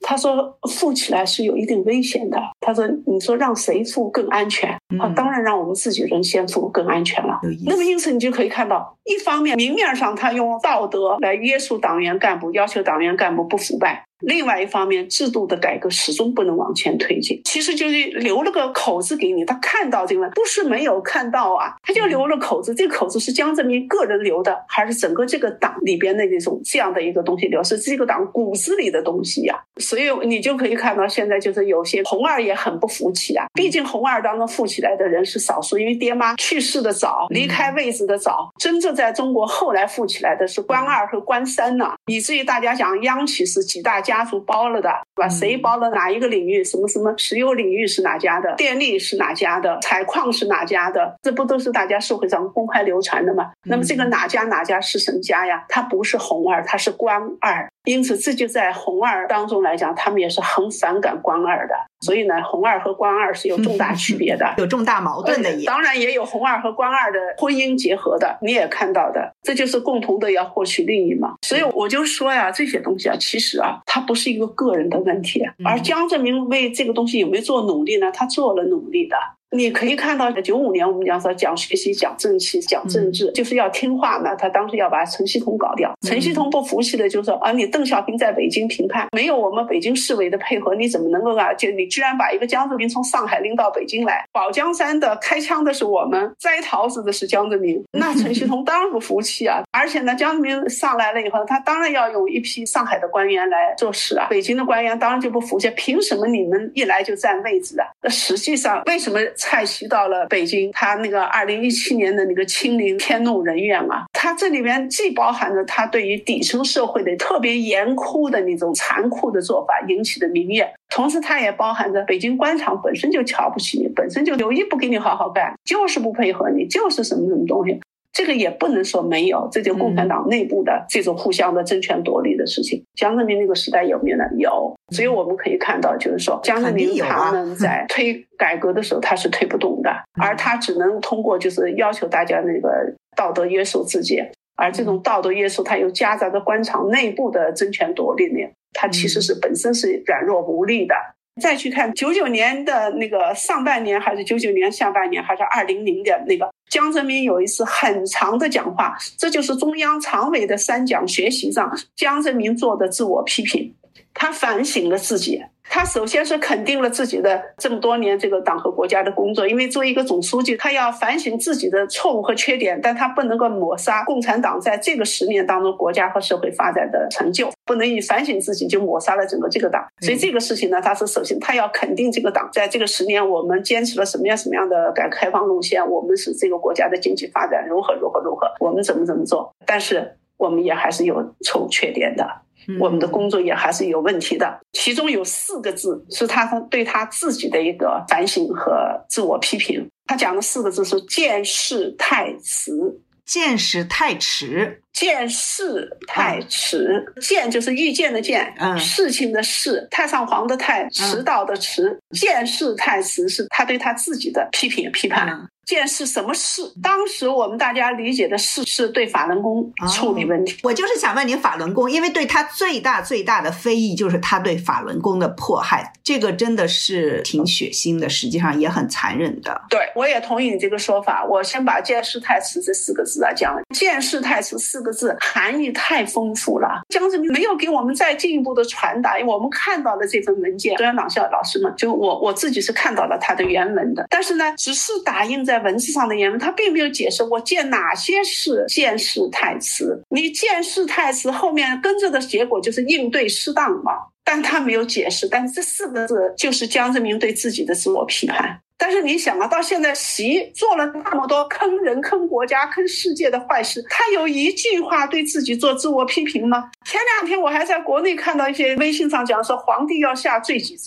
他说富起来是有一定危险的。他说你说让谁富更安全？当然让我们自己人先富更安全了。那么因此你就可以看到，一方面明面上他用道德来约束党员干部，要求党员干部不腐败，另外一方面制度的改革始终不能往前推进，其实就是留了个口子给你，他看到这个不是没有看到啊，他就留了口子，这个口子是江泽民个人留的，还是整个这个党里边的那种这样的一个东西留，是这个党骨子里的东西啊。所以你就可以看到现在就是有些红二也很不服气啊，毕竟红二当中富起来的人是少数，因为爹妈去世的早，离开位置的早，真正在中国后来富起来的是官二和官三呢，以至于大家讲央企是几大家族包了的，对吧？谁包了哪一个领域，什么什么石油领域是哪家的，电力是哪家的，采矿是哪家的，这不都是大家社会上公开流传的吗？那么这个哪家是什么家呀？他不是红二，他是官二，因此这就在红二当中来讲，他们也是很反感官二的。所以呢，红二和官二是有重大区别的， 有重大矛盾的也。 当然也有红二和官二的婚姻结合的，你也看到的，这就是共同的要获取利益嘛。所以我就说呀，这些东西啊，其实啊，它不是一个个人的问题，而江泽民为这个东西有没有做努力呢？他做了努力的。你可以看到95年我们讲学习讲正气讲政治，就是要听话呢，他当时要把陈锡同搞掉。陈锡同不服气的就是说你邓小平在北京评判没有我们北京市委的配合，你怎么能够就你居然把一个江泽民从上海拎到北京来，保江山的开枪的是我们，摘桃子的是江泽民，那陈锡同当然不服气啊。而且呢，江泽民上来了以后，他当然要用一批上海的官员来做事啊，北京的官员当然就不服气，凭什么你们一来就占位置啊？那实际上为什么蔡奇到了北京，他那个2017年的那个亲临天怒人怨啊，他这里面既包含着他对于底层社会的特别严酷的那种残酷的做法引起的民怨，同时他也包含着北京官场本身就瞧不起你，本身就有意不给你好好干，就是不配合你，就是什么什么东西。这个也不能说没有，这就共产党内部的这种互相的争权夺利的事情。江泽民那个时代有没有呢？有。所以我们可以看到，就是说江泽民他们在推改革的时候他是推不动的，而他只能通过就是要求大家那个道德约束自己，而这种道德约束它又夹杂着官场内部的争权夺利呢，它其实是本身是软弱无力的。再去看99年的那个上半年，还是99年下半年，还是2000的那个江泽民有一次很长的讲话，这就是中央常委的3讲学习上江泽民做的自我批评，他反省了自己。他首先是肯定了自己的这么多年这个党和国家的工作，因为作为一个总书记，他要反省自己的错误和缺点，但他不能够抹杀共产党在这个10年当中国家和社会发展的成就，不能以反省自己就抹杀了整个这个党。所以这个事情呢，他是首先他要肯定这个党在这个10年我们坚持了什么样的改革开放路线，我们使这个国家的经济发展如何，我们怎么做，但是我们也还是有错误缺点的，我们的工作也还是有问题的。其中有4个字是他对他自己的一个反省和自我批评，他讲的4个字是见识太迟。 见识太迟， 见识太迟，见就是遇见的见，事情的事，太上皇的太，迟到的迟，见识太迟是他对他自己的批判。见识什么事？当时我们大家理解的事是对法轮功处理问题。 我就是想问您法轮功，因为对他最大的非议就是他对法轮功的迫害，这个真的是挺血腥的，实际上也很残忍的。 对，我也同意你这个说法。我先把见识太迟这4个字讲了。见识太迟4个字含义太丰富了，江泽民没有给我们再进一步的传达，因为我们看到了这份文件，中央党校老师们就我自己是看到了他的原文的，但是呢只是打印在文字上的原文，他并没有解释我见哪些事见识太迟。你见识太迟后面跟着的结果就是应对失当嘛，但他没有解释。但是这4个字就是江泽民对自己的自我批判。但是你想啊，到现在习做了那么多坑人坑国家坑世界的坏事，他有一句话对自己做自我批评吗？前2天我还在国内看到一些微信上讲说皇帝要下罪己诏，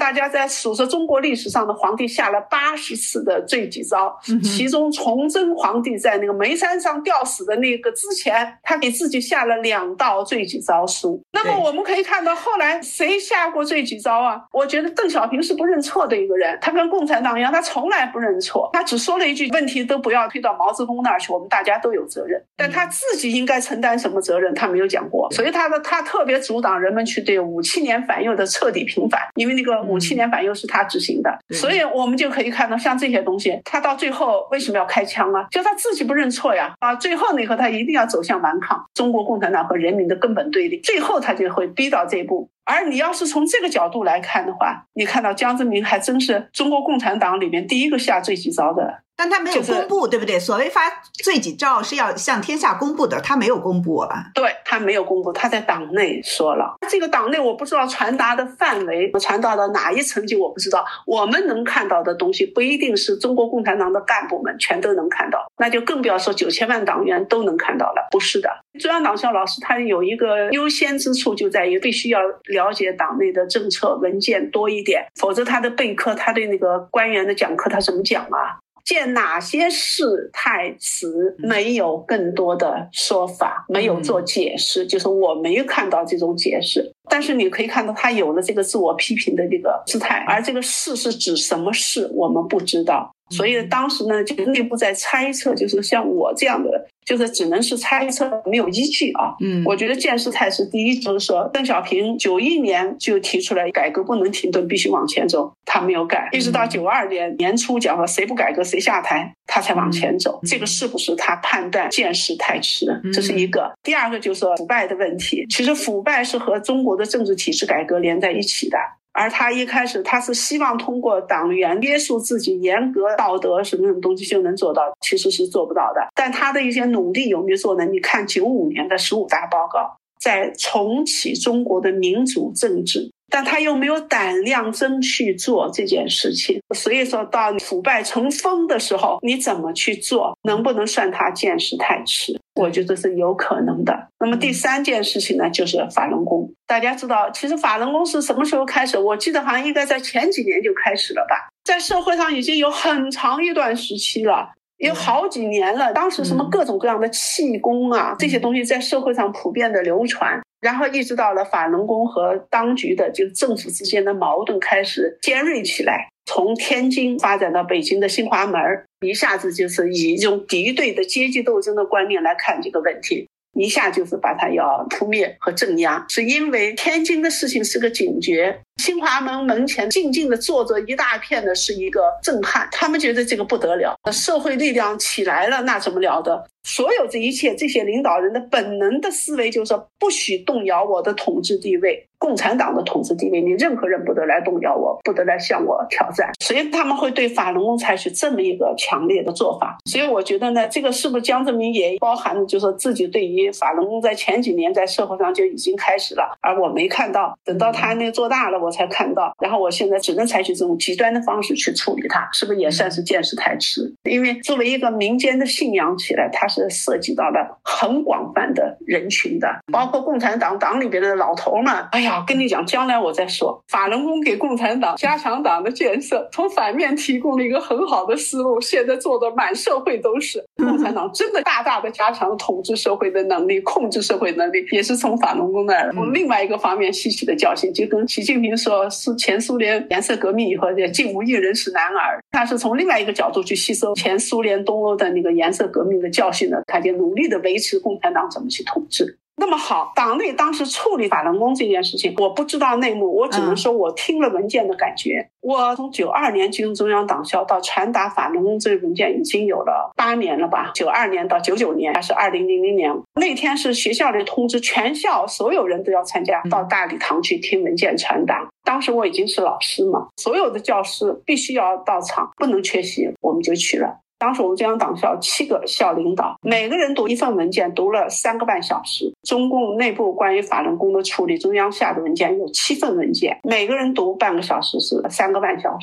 大家在数着中国历史上的皇帝下了80次的罪己诏，其中崇祯皇帝在那个煤山上吊死的那个之前，他给自己下了2道罪己诏书。那么我们可以看到后来谁下过罪己诏啊？我觉得邓小平是不认错的一个人，他跟共产党一样，他从来不认错，他只说了一句问题都不要推到毛泽东那儿去，我们大家都有责任，但他自己应该承担什么责任他没有讲过。所以他特别阻挡人们去对57年反右的彻底平反，因为那个57年反右是他执行的。所以我们就可以看到像这些东西，他到最后为什么要开枪啊？就他自己不认错呀，最后那一刻他一定要走向顽抗，中国共产党和人民的根本对立，最后他就会逼到这一步。而你要是从这个角度来看的话，你看到江泽民还真是中国共产党里面第一个下罪己诏的。 但他没有公布，对不对？所谓发罪己诏是要向天下公布的，他没有公布啊。 对，他没有公布，他在党内说了。这个党内我不知道传达的范围传达到哪一层级，我不知道。我们能看到的东西不一定是中国共产党的干部们全都能看到，那就更不要说9000万党员都能看到了，不是的。中央党校老师他有一个优先之处，就在于必须要了解党内的政策文件多一点，否则他的备课，他对那个官员的讲课他怎么讲啊？见哪些事太迟，没有更多的说法，没有做解释，就是我没有看到这种解释。但是你可以看到他有了这个自我批评的这个姿态，而这个事是指什么事我们不知道。所以当时呢，就内部在猜测，就是像我这样的，就是只能是猜测，没有依据啊。我觉得建识态势第一就是说，邓小平91年就提出来改革不能停顿，必须往前走，他没有改，一直到92年年初讲说谁不改革谁下台，他才往前走。这个是不是他判断建识太迟？这是一个。第二个就是腐败的问题，其实腐败是和中国的政治体制改革连在一起的。而他一开始他是希望通过党员约束自己，严格道德什么东西就能做到，其实是做不到的。但他的一些努力有没有做呢？你看95年的15大报告，在重启中国的民主政治，但他又没有胆量争取做这件事情。所以说到腐败成风的时候，你怎么去做？能不能算他见识太迟？我觉得是有可能的。那么第三件事情呢，就是法轮功。大家知道其实法轮功是什么时候开始？我记得好像应该在前几年就开始了吧，在社会上已经有很长一段时期了，有好几年了。当时什么各种各样的气功啊，这些东西在社会上普遍的流传，然后一直到了法轮功和当局的就政府之间的矛盾开始尖锐起来，从天津发展到北京的新华门，一下子就是以一种敌对的阶级斗争的观念来看这个问题，一下就是把它要扑灭和镇压。是因为天津的事情是个警觉，新华门门前静静地坐着一大片的是一个震撼，他们觉得这个不得了，社会力量起来了，那怎么了得？所有这一切，这些领导人的本能的思维就是说，不许动摇我的统治地位，共产党的统治地位，你任何人不得来动摇我，不得来向我挑战。所以他们会对法轮功采取这么一个强烈的做法。所以我觉得呢，这个是不是江泽民也包含了就是说自己对于法轮功在前几年在社会上就已经开始了，而我没看到，等到他那个做大了我才看到，然后我现在只能采取这种极端的方式去处理它，是不是也算是见识太迟？因为作为一个民间的信仰起来，它是涉及到了很广泛的人群的，包括共产党党里边的老头们。哎呀，跟你讲，将来我再说。法轮功给共产党加强党的建设，从反面提供了一个很好的思路，现在做的满社会都是。共产党真的大大的加强统治社会的能力，控制社会能力，也是从法轮功那儿从另外一个方面吸取的教训。就跟习近平说是前苏联颜色革命以后竟无一人是男儿，他是从另外一个角度去吸收前苏联东欧的那个颜色革命的教训的，他就努力的维持共产党怎么去统治。那么好，党内当时处理法轮功这件事情，我不知道内幕，我只能说我听了文件的感觉。我从92年进入中央党校到传达法轮功这个文件已经有了8年了吧，92年到99年还是2000年。那天是学校里通知全校所有人都要参加，到大礼堂去听文件传达。当时我已经是老师嘛，所有的教师必须要到场，不能缺席，我们就去了。当时我们中央党校7个校领导，每个人读一份文件，读了3个半小时。中共内部关于法轮功的处理，中央下的文件有7份文件，每个人读半个小时是3个半小时。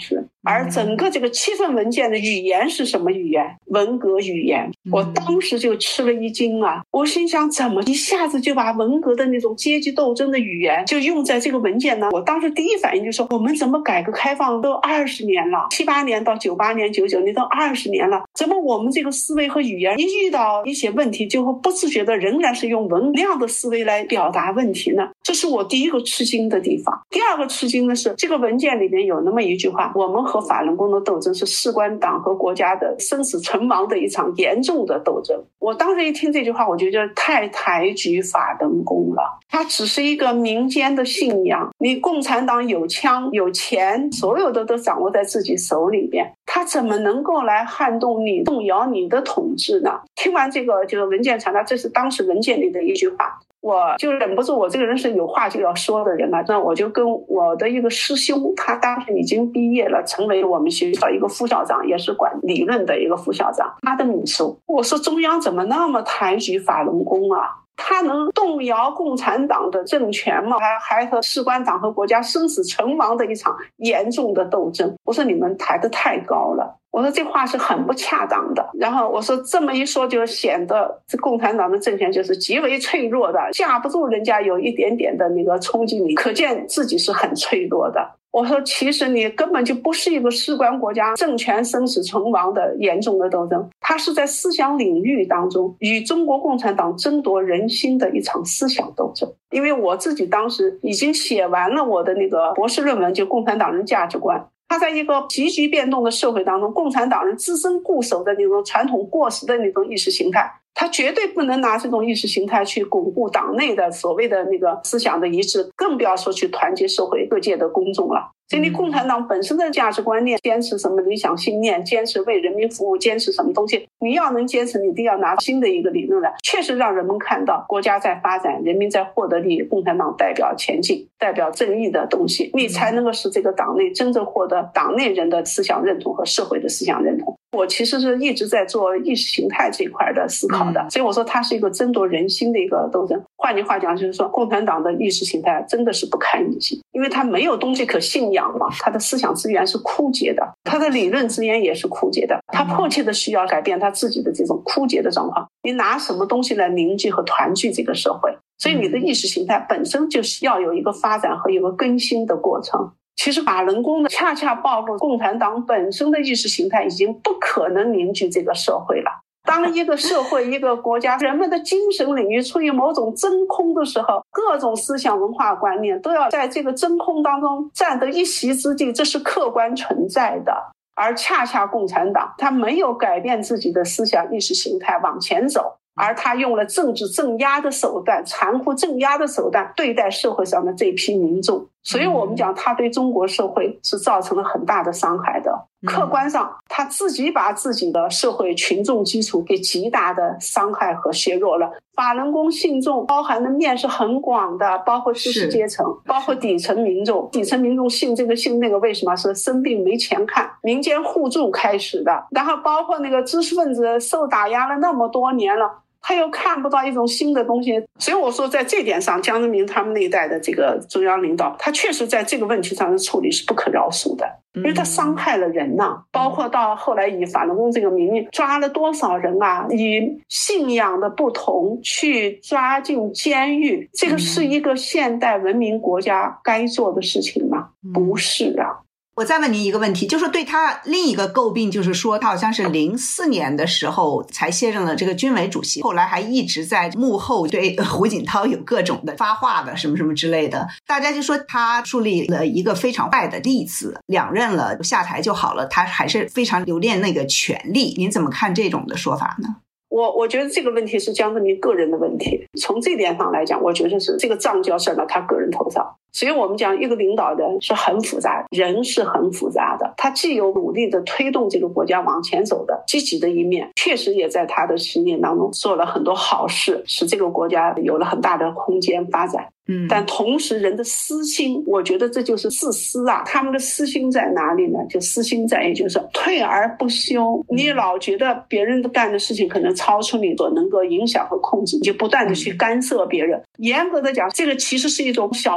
而整个这个7份文件的语言是什么语言？文革语言。我当时就吃了一惊啊，我心想怎么一下子就把文革的那种阶级斗争的语言就用在这个文件呢？我当时第一反应就说，我们怎么改革开放都20年了，78年到98年、99年都20年了，怎么我们这个思维和语言一遇到一些问题就会不自觉的仍然是用文量的思维来表达问题呢？这是我第一个吃惊的地方。第二个吃惊的是，这个文件里面有那么一句话，我们和法轮功的斗争是事关党和国家的生死存亡的一场严重的斗争。我当时一听这句话，我觉得太抬举法轮功了，它只是一个民间的信仰，你共产党有枪有钱，所有的都掌握在自己手里边，它怎么能够来撼动你、动摇你的统治呢？听完这个文件传达，这是当时文件里的一句话，我就忍不住，我这个人是有话就要说的人了，那我就跟我的一个师兄，他当时已经毕业了，成为我们学校一个副校长，也是管理论的一个副校长，他的秘书，我说中央怎么那么抬举法轮功啊？他能动摇共产党的政权吗？还和事关党和国家生死存亡的一场严重的斗争。我说你们抬得太高了，我说这话是很不恰当的。然后我说这么一说就显得这共产党的政权就是极为脆弱的，架不住人家有一点点的那个冲击力，可见自己是很脆弱的。我说其实你根本就不是一个事关国家政权生死存亡的严重的斗争，它是在思想领域当中与中国共产党争夺人心的一场思想斗争。因为我自己当时已经写完了我的那个博士论文，就共产党人价值观，它在一个急剧变动的社会当中，共产党人自身固守的那种传统过时的那种意识形态，他绝对不能拿这种意识形态去巩固党内的所谓的那个思想的一致，更不要说去团结社会各界的公众了。所以你共产党本身的价值观念，坚持什么理想信念，坚持为人民服务，坚持什么东西，你要能坚持，你一定要拿新的一个理论来，确实让人们看到国家在发展，人民在获得利益，共产党代表前进，代表正义的东西，你才能够使这个党内真正获得党内人的思想认同和社会的思想认同。我其实是一直在做意识形态这一块的思考的，所以我说它是一个争夺人心的一个斗争。换句话讲，就是说共产党的意识形态真的是不堪一击，因为它没有东西可信仰嘛，它的思想资源是枯竭的，它的理论资源也是枯竭的，它迫切的需要改变它自己的这种枯竭的状况。你拿什么东西来凝聚和团聚这个社会？所以你的意识形态本身就是要有一个发展和一个更新的过程。其实法轮功呢，恰恰暴露共产党本身的意识形态已经不可能凝聚这个社会了。当一个社会一个国家人们的精神领域处于某种真空的时候，各种思想文化观念都要在这个真空当中占得一席之地，这是客观存在的。而恰恰共产党他没有改变自己的思想意识形态往前走，而他用了政治镇压的手段，残酷镇压的手段对待社会上的这批民众。所以我们讲他对中国社会是造成了很大的伤害的。客观上他自己把自己的社会群众基础给极大的伤害和削弱了。法轮功信众包含的面是很广的，包括知识阶层，包括底层民众。底层民众信这个信那个，为什么是生病没钱看，民间互助开始的。然后包括那个知识分子受打压了那么多年了，他又看不到一种新的东西。所以我说在这点上，江泽民他们那一代的这个中央领导，他确实在这个问题上的处理是不可饶恕的，因为他伤害了人呐。包括到后来以法轮功这个名义抓了多少人啊，以信仰的不同去抓进监狱，这个是一个现代文明国家该做的事情吗？不是啊。 我再问您一个问题，就是对他另一个诟病，就是说他好像是04年的时候才卸任了这个军委主席，后来还一直在幕后对胡锦涛有各种的发话的什么什么之类的，大家就说他树立了一个非常坏的例子，2任了下台就好了，他还是非常留恋那个权力，您怎么看这种的说法呢？ 我觉得这个问题是江泽民个人的问题，从这点上来讲，我觉得是这个账就要算到他个人头上。所以我们讲一个领导人是很复杂，人是很复杂的，他既有努力的推动这个国家往前走的积极的一面，确实也在他的10年当中做了很多好事，使这个国家有了很大的空间发展。但同时人的私心，我觉得这就是自私啊。他们的私心在哪里呢？就私心在于就是退而不休，你老觉得别人干的事情可能超出你所能够影响和控制，你就不断的去干涉别人。严格的讲，这个其实是一种小农经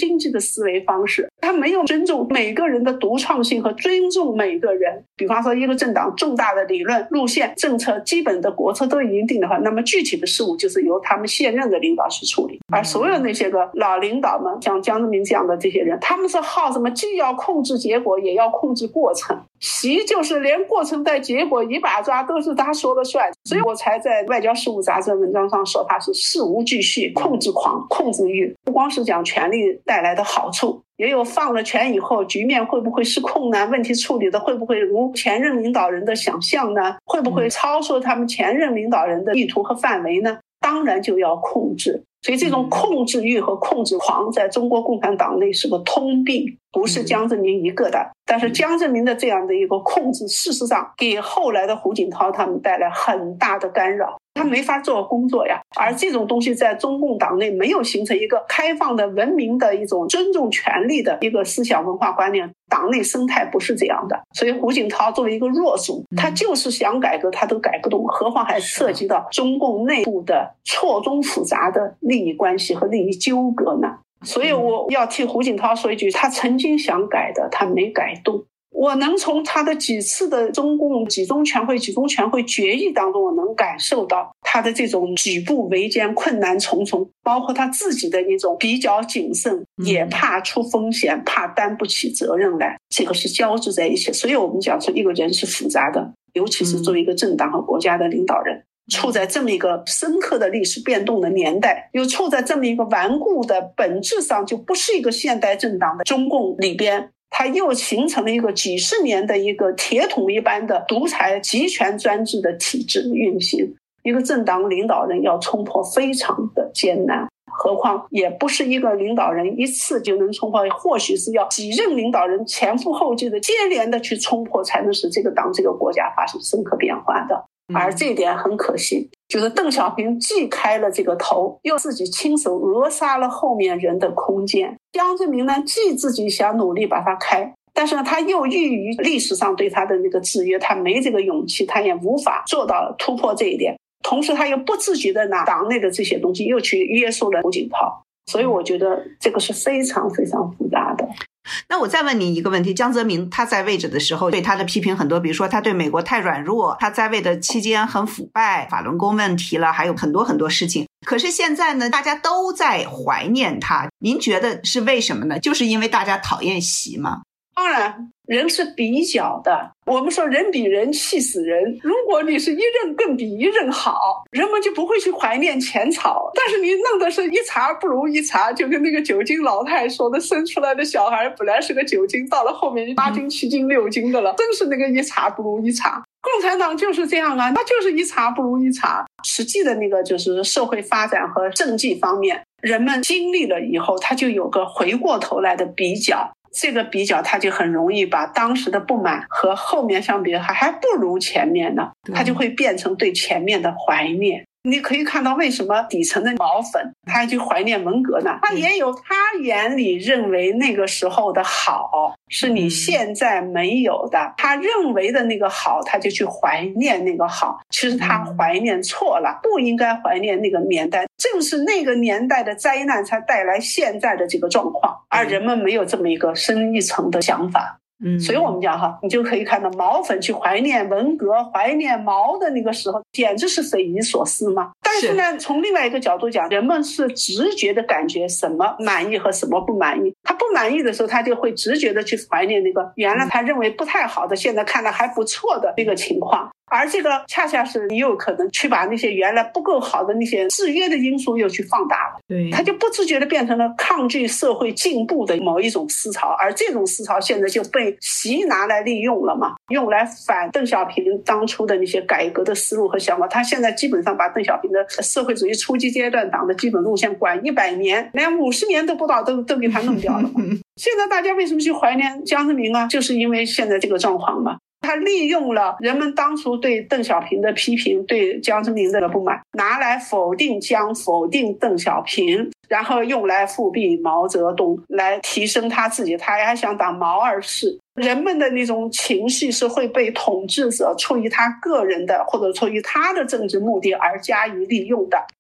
经济的思维方式，他没有尊重每个人的独创性和尊重每个人。比方说一个政党重大的理论路线政策基本的国策都已经定的话，那么具体的事务就是由他们现任的领导去处理。而所有那些个老领导们，像江泽民这样的这些人，他们是好什么既要控制结果也要控制过程，习就是连过程带结果一把抓都是他说了算。所以我才在外交事务杂志文章上说他是事无巨细、控制狂、控制欲，不光是讲权力带来的好处，也有放了权以后局面会不会失控呢？问题处理的会不会如前任领导人的想象呢？会不会超出他们前任领导人的意图和范围呢？当然就要控制。所以这种控制欲和控制狂在中国共产党内是个通病，不是江泽民一个的。但是江泽民的这样的一个控制，事实上给后来的胡锦涛他们带来很大的干扰，他没法做工作呀。而这种东西在中共党内没有形成一个开放的文明的一种尊重权力的一个思想文化观念，党内生态不是这样的。所以胡锦涛作为一个弱属，他就是想改革他都改不动，何况还涉及到中共内部的错综复杂的利益关系和利益纠葛呢。所以我要替胡锦涛说一句，他曾经想改的他没改动。我能从他的几次的中共几中全会决议当中，我能感受到他的这种举步维艰、困难重重，包括他自己的一种比较谨慎，也怕出风险，怕担不起责任来，这个是交织在一起。所以我们讲说一个人是复杂的，尤其是作为一个政党和国家的领导人，处在这么一个深刻的历史变动的年代，又处在这么一个顽固的本质上就不是一个现代政党的中共里边，它又形成了一个几十年的一个铁桶一般的独裁集权专制的体制运行。一个政党领导人要冲破非常的艰难，何况也不是一个领导人一次就能冲破，或许是要几任领导人前赴后继的接连的去冲破，才能使这个党这个国家发生深刻变化的。而这一点很可惜，就是邓小平既开了这个头，又自己亲手扼杀了后面人的空间。江泽民呢，既自己想努力把它开，但是呢，他又郁于历史上对他的那个制约，他没这个勇气，他也无法做到突破这一点。同时他又不自觉的拿党内的这些东西又去约束了胡锦涛，所以我觉得这个是非常非常复杂的。 那我再问你一个问题，江泽民他在位着的时候对他的批评很多，比如说他对美国太软弱，他在位的期间很腐败，法轮功问题了，还有很多事情。可是现在呢，大家都在怀念他，您觉得是为什么呢？就是因为大家讨厌习吗？ 当然，人是比较的。我们说人比人气死人，如果你是一任更比一任好，人们就不会去怀念前朝。但是你弄的是一茬不如一茬，就跟那个九斤老太说的，生出来的小孩本来是个9斤，到了后面8斤、7斤、6斤的了，真是那个一茬不如一茬。共产党就是这样啊，它就是一茬不如一茬。实际的那个就是社会发展和政绩方面，人们经历了以后，他就有个回过头来的比较。这个比较他就很容易把当时的不满和后面相比还不如前面呢，他就会变成对前面的怀念。你可以看到为什么底层的毛粉他去怀念文革呢？他也有他眼里认为那个时候的好是你现在没有的，他认为的那个好他就去怀念那个好，其实他怀念错了，不应该怀念那个年代，正是那个年代的灾难才带来现在的这个状况，而人们没有这么一个深一层的想法。所以我们讲你就可以看到毛粉去怀念文革、怀念毛的那个时候，简直是匪夷所思嘛。但是呢，从另外一个角度讲，人们是直觉的感觉什么满意和什么不满意。他不满意的时候，他就会直觉的去怀念那个原来他认为不太好的，现在看来还不错的那个情况。而这个恰恰是你有可能去把那些原来不够好的那些制约的因素又去放大了，对，他就不自觉的变成了抗拒社会进步的某一种思潮，而这种思潮现在就被习拿来利用了嘛，用来反邓小平当初的那些改革的思路和想法。他现在基本上把邓小平的社会主义初级阶段党的基本路线管100年，连50年都不到都给他弄掉了嘛。现在大家为什么去怀念江泽民啊？就是因为现在这个状况嘛。他利用了人们当初对邓小平的批评，对江泽民的不满，拿来否定江，否定邓小平，然后用来复辟毛泽东，来提升他自己，他还想当毛二世。人们的那种情绪是会被统治者出于他个人的或者出于他的政治目的而加以利用的。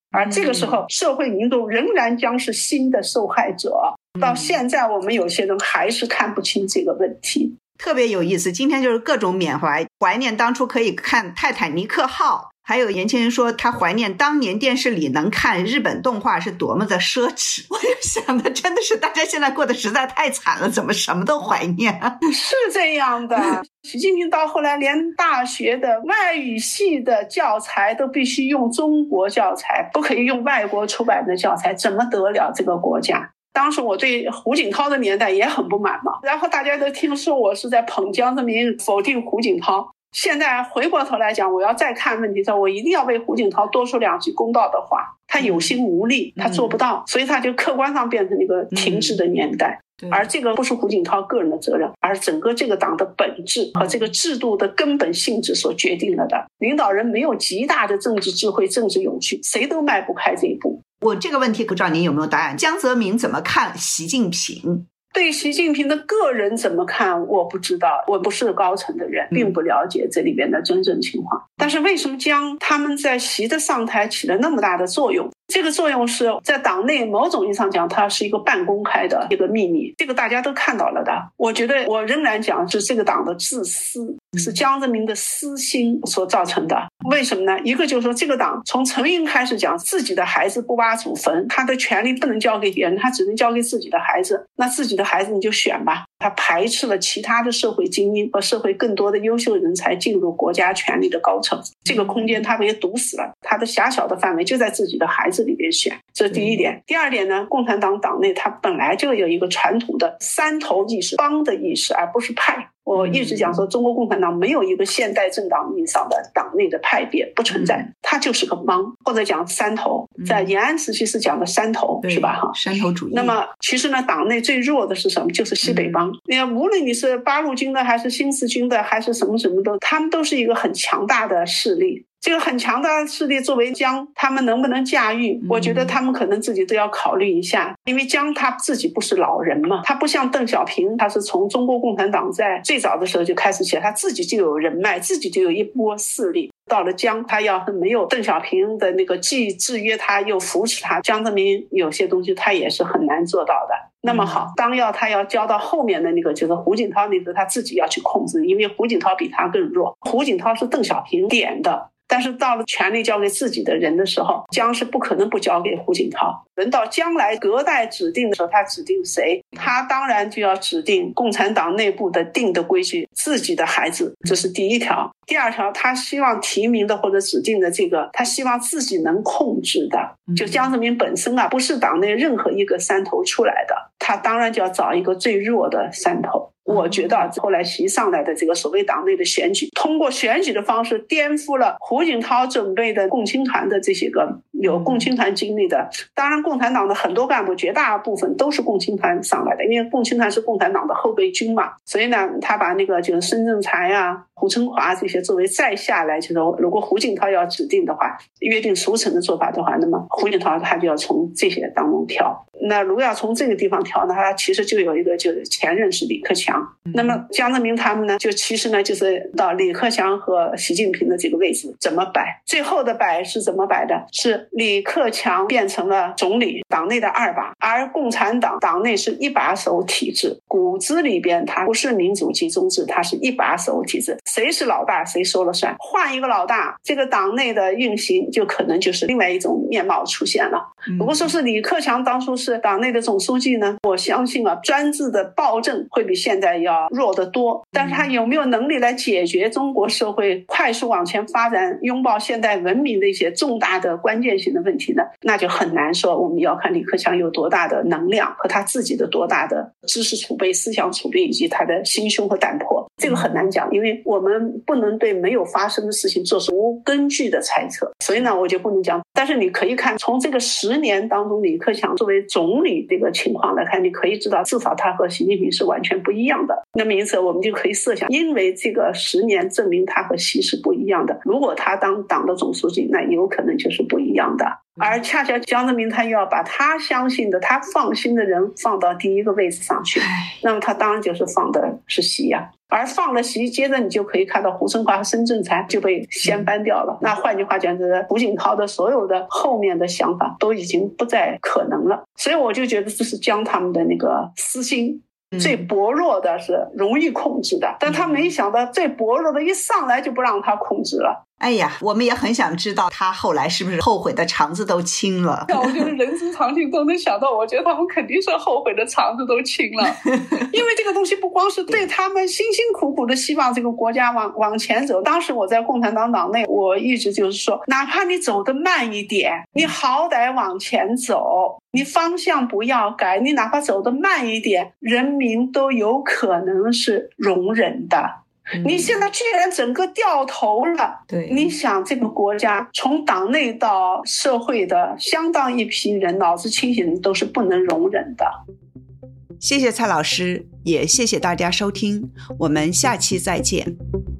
而这个时候社会民众仍然将是新的受害者。到现在我们有些人还是看不清这个问题。 特别有意思，今天就是各种缅怀，怀念当初可以看泰坦尼克号，还有年轻人说他怀念当年电视里能看日本动画是多么的奢侈。我就想的真的是大家现在过得实在太惨了，怎么什么都怀念是这样的，习近平到后来连大学的外语系的教材都必须用中国教材，不可以用外国出版的教材，怎么得了这个国家？当时我对胡锦涛的年代也很不满嘛，然后大家都听说我是在捧江泽民，否定胡锦涛。现在回过头来讲，我要再看问题的时候，我一定要为胡锦涛多说两句公道的话。他有心无力，他做不到，所以他就客观上变成一个停滞的年代。而这个不是胡锦涛个人的责任，而整个这个党的本质和这个制度的根本性质所决定了的。领导人没有极大的政治智慧、政治勇气，谁都迈不开这一步。 我这个问题不知道您有没有答案，江泽民怎么看习近平？ 对习近平的个人怎么看我不知道，我不是高层的人，并不了解这里边的真正情况。但是为什么江他们在习的上台起了那么大的作用？这个作用是在党内某种意义上讲，它是一个半公开的一个秘密，这个大家都看到了的。我觉得我仍然讲是这个党的自私，是江泽民的私心所造成的。为什么呢？一个就是说这个党从陈云开始讲自己的孩子不挖祖坟，他的权利不能交给别人，他只能交给自己的孩子，那自己的孩子你就选吧。他排斥了其他的社会精英和社会更多的优秀人才进入国家权力的高层，这个空间他被堵死了，他的狭小的范围就在自己的孩子里边选，这是第一点。第二点呢，共产党党内它本来就有一个传统的三头意识，帮的意识，而不是派。我一直讲说中国共产党没有一个现代政党意义上的党内的派别，不存在，它就是个帮，或者讲三头，在延安时期是讲的三头，是吧？ 山头主义。 那么其实呢，党内最弱的是什么？就是西北帮。你看，无论你是八路军的还是新四军的还是什么什么的，他们都是一个很强大的势力。这个很强大的势力作为江，他们能不能驾驭？我觉得他们可能自己都要考虑一下，因为江他自己不是老人嘛，他不像邓小平，他是从中国共产党在最早的时候就开始起来，他自己就有人脉，自己就有一波势力。到了江，他要是没有邓小平的那个既制约他又扶持他，江泽民有些东西他也是很难做到的。那么好，当他要交到后面的那个就是胡锦涛那个，他自己要去控制，因为胡锦涛比他更弱，胡锦涛是邓小平点的。但是到了权力交给自己的人的时候，江是不可能不交给胡锦涛。轮到江来隔代指定的时候，他指定谁？他当然就要指定共产党内部的定的规矩，自己的孩子，这是第一条。第二条，他希望提名的或者指定的这个，他希望自己能控制的。就江泽民本身啊，不是党内任何一个山头出来的，他当然就要找一个最弱的山头。我觉得后来习上来的这个所谓党内的选举，通过选举的方式颠覆了胡锦涛准备的共青团的这些个有共青团经历的。当然共产党的很多干部绝大部分都是共青团上来的，因为共青团是共产党的后备军嘛，所以呢他把那个就是孙政才啊、胡春华这些作为再下来，就是如果胡锦涛要指定的话，约定俗成的做法的话，那么胡锦涛他就要从这些当中挑。那如果要从这个地方挑呢，他其实就有一个就是前任是李克强，那么江泽民他们呢，就其实呢就是到李克强和习近平的这个位置怎么摆，最后的摆是怎么摆的？是李克强变成了总理，党内的二把，而共产党党内是一把手体制，骨子里边它不是民主集中制，它是一把手体制，谁是老大谁说了算，换一个老大，这个党内的运行就可能就是另外一种面貌出现了。如果说是李克强当初是党内的总书记呢，我相信啊，专制的暴政会比现在要弱得多，但是他有没有能力来解决中国社会快速往前发展、拥抱现代文明的一些重大的关键性的问题呢？那就很难说。我们要看李克强有多大的能量和他自己的多大的知识储备、思想储备以及他的心胸和胆魄，这个很难讲，因为我们不能对没有发生的事情做出无根据的猜测，所以呢我就不能讲。但是你可以看从这个10年当中，李克强作为总理这个情况来看，你可以知道至少他和习近平是完全不一样的。那么因此我们就可以设想，因为这个10年证明他和习是不一样的，如果他当党的总书记，那有可能就是不一样的。 而恰恰江泽民他又要把他相信的他放心的人放到第一个位置上去，那么他当然就是放的是习呀。而放了习，接着你就可以看到胡春华和孙政才就被掀翻掉了。那换句话讲，就是胡锦涛的所有的后面的想法都已经不再可能了。所以我就觉得这是将他们的那个私心最薄弱的是容易控制的，但他没想到最薄弱的一上来就不让他控制了。 哎呀，我们也很想知道他后来是不是后悔的肠子都青了。 我觉得人之常情都能想到，我觉得他们肯定是后悔的肠子都青了。因为这个东西不光是对他们辛辛苦苦的希望这个国家往前走，当时我在共产党党内，我一直就是说，哪怕你走得慢一点，你好歹往前走，你方向不要改，你哪怕走得慢一点，人民都有可能是容忍的。你现在居然整个掉头了， 对， 你想这个国家从党内到社会的相当一批人，脑子清醒人都是不能容忍的。 谢谢蔡老师，也谢谢大家收听，我们下期再见。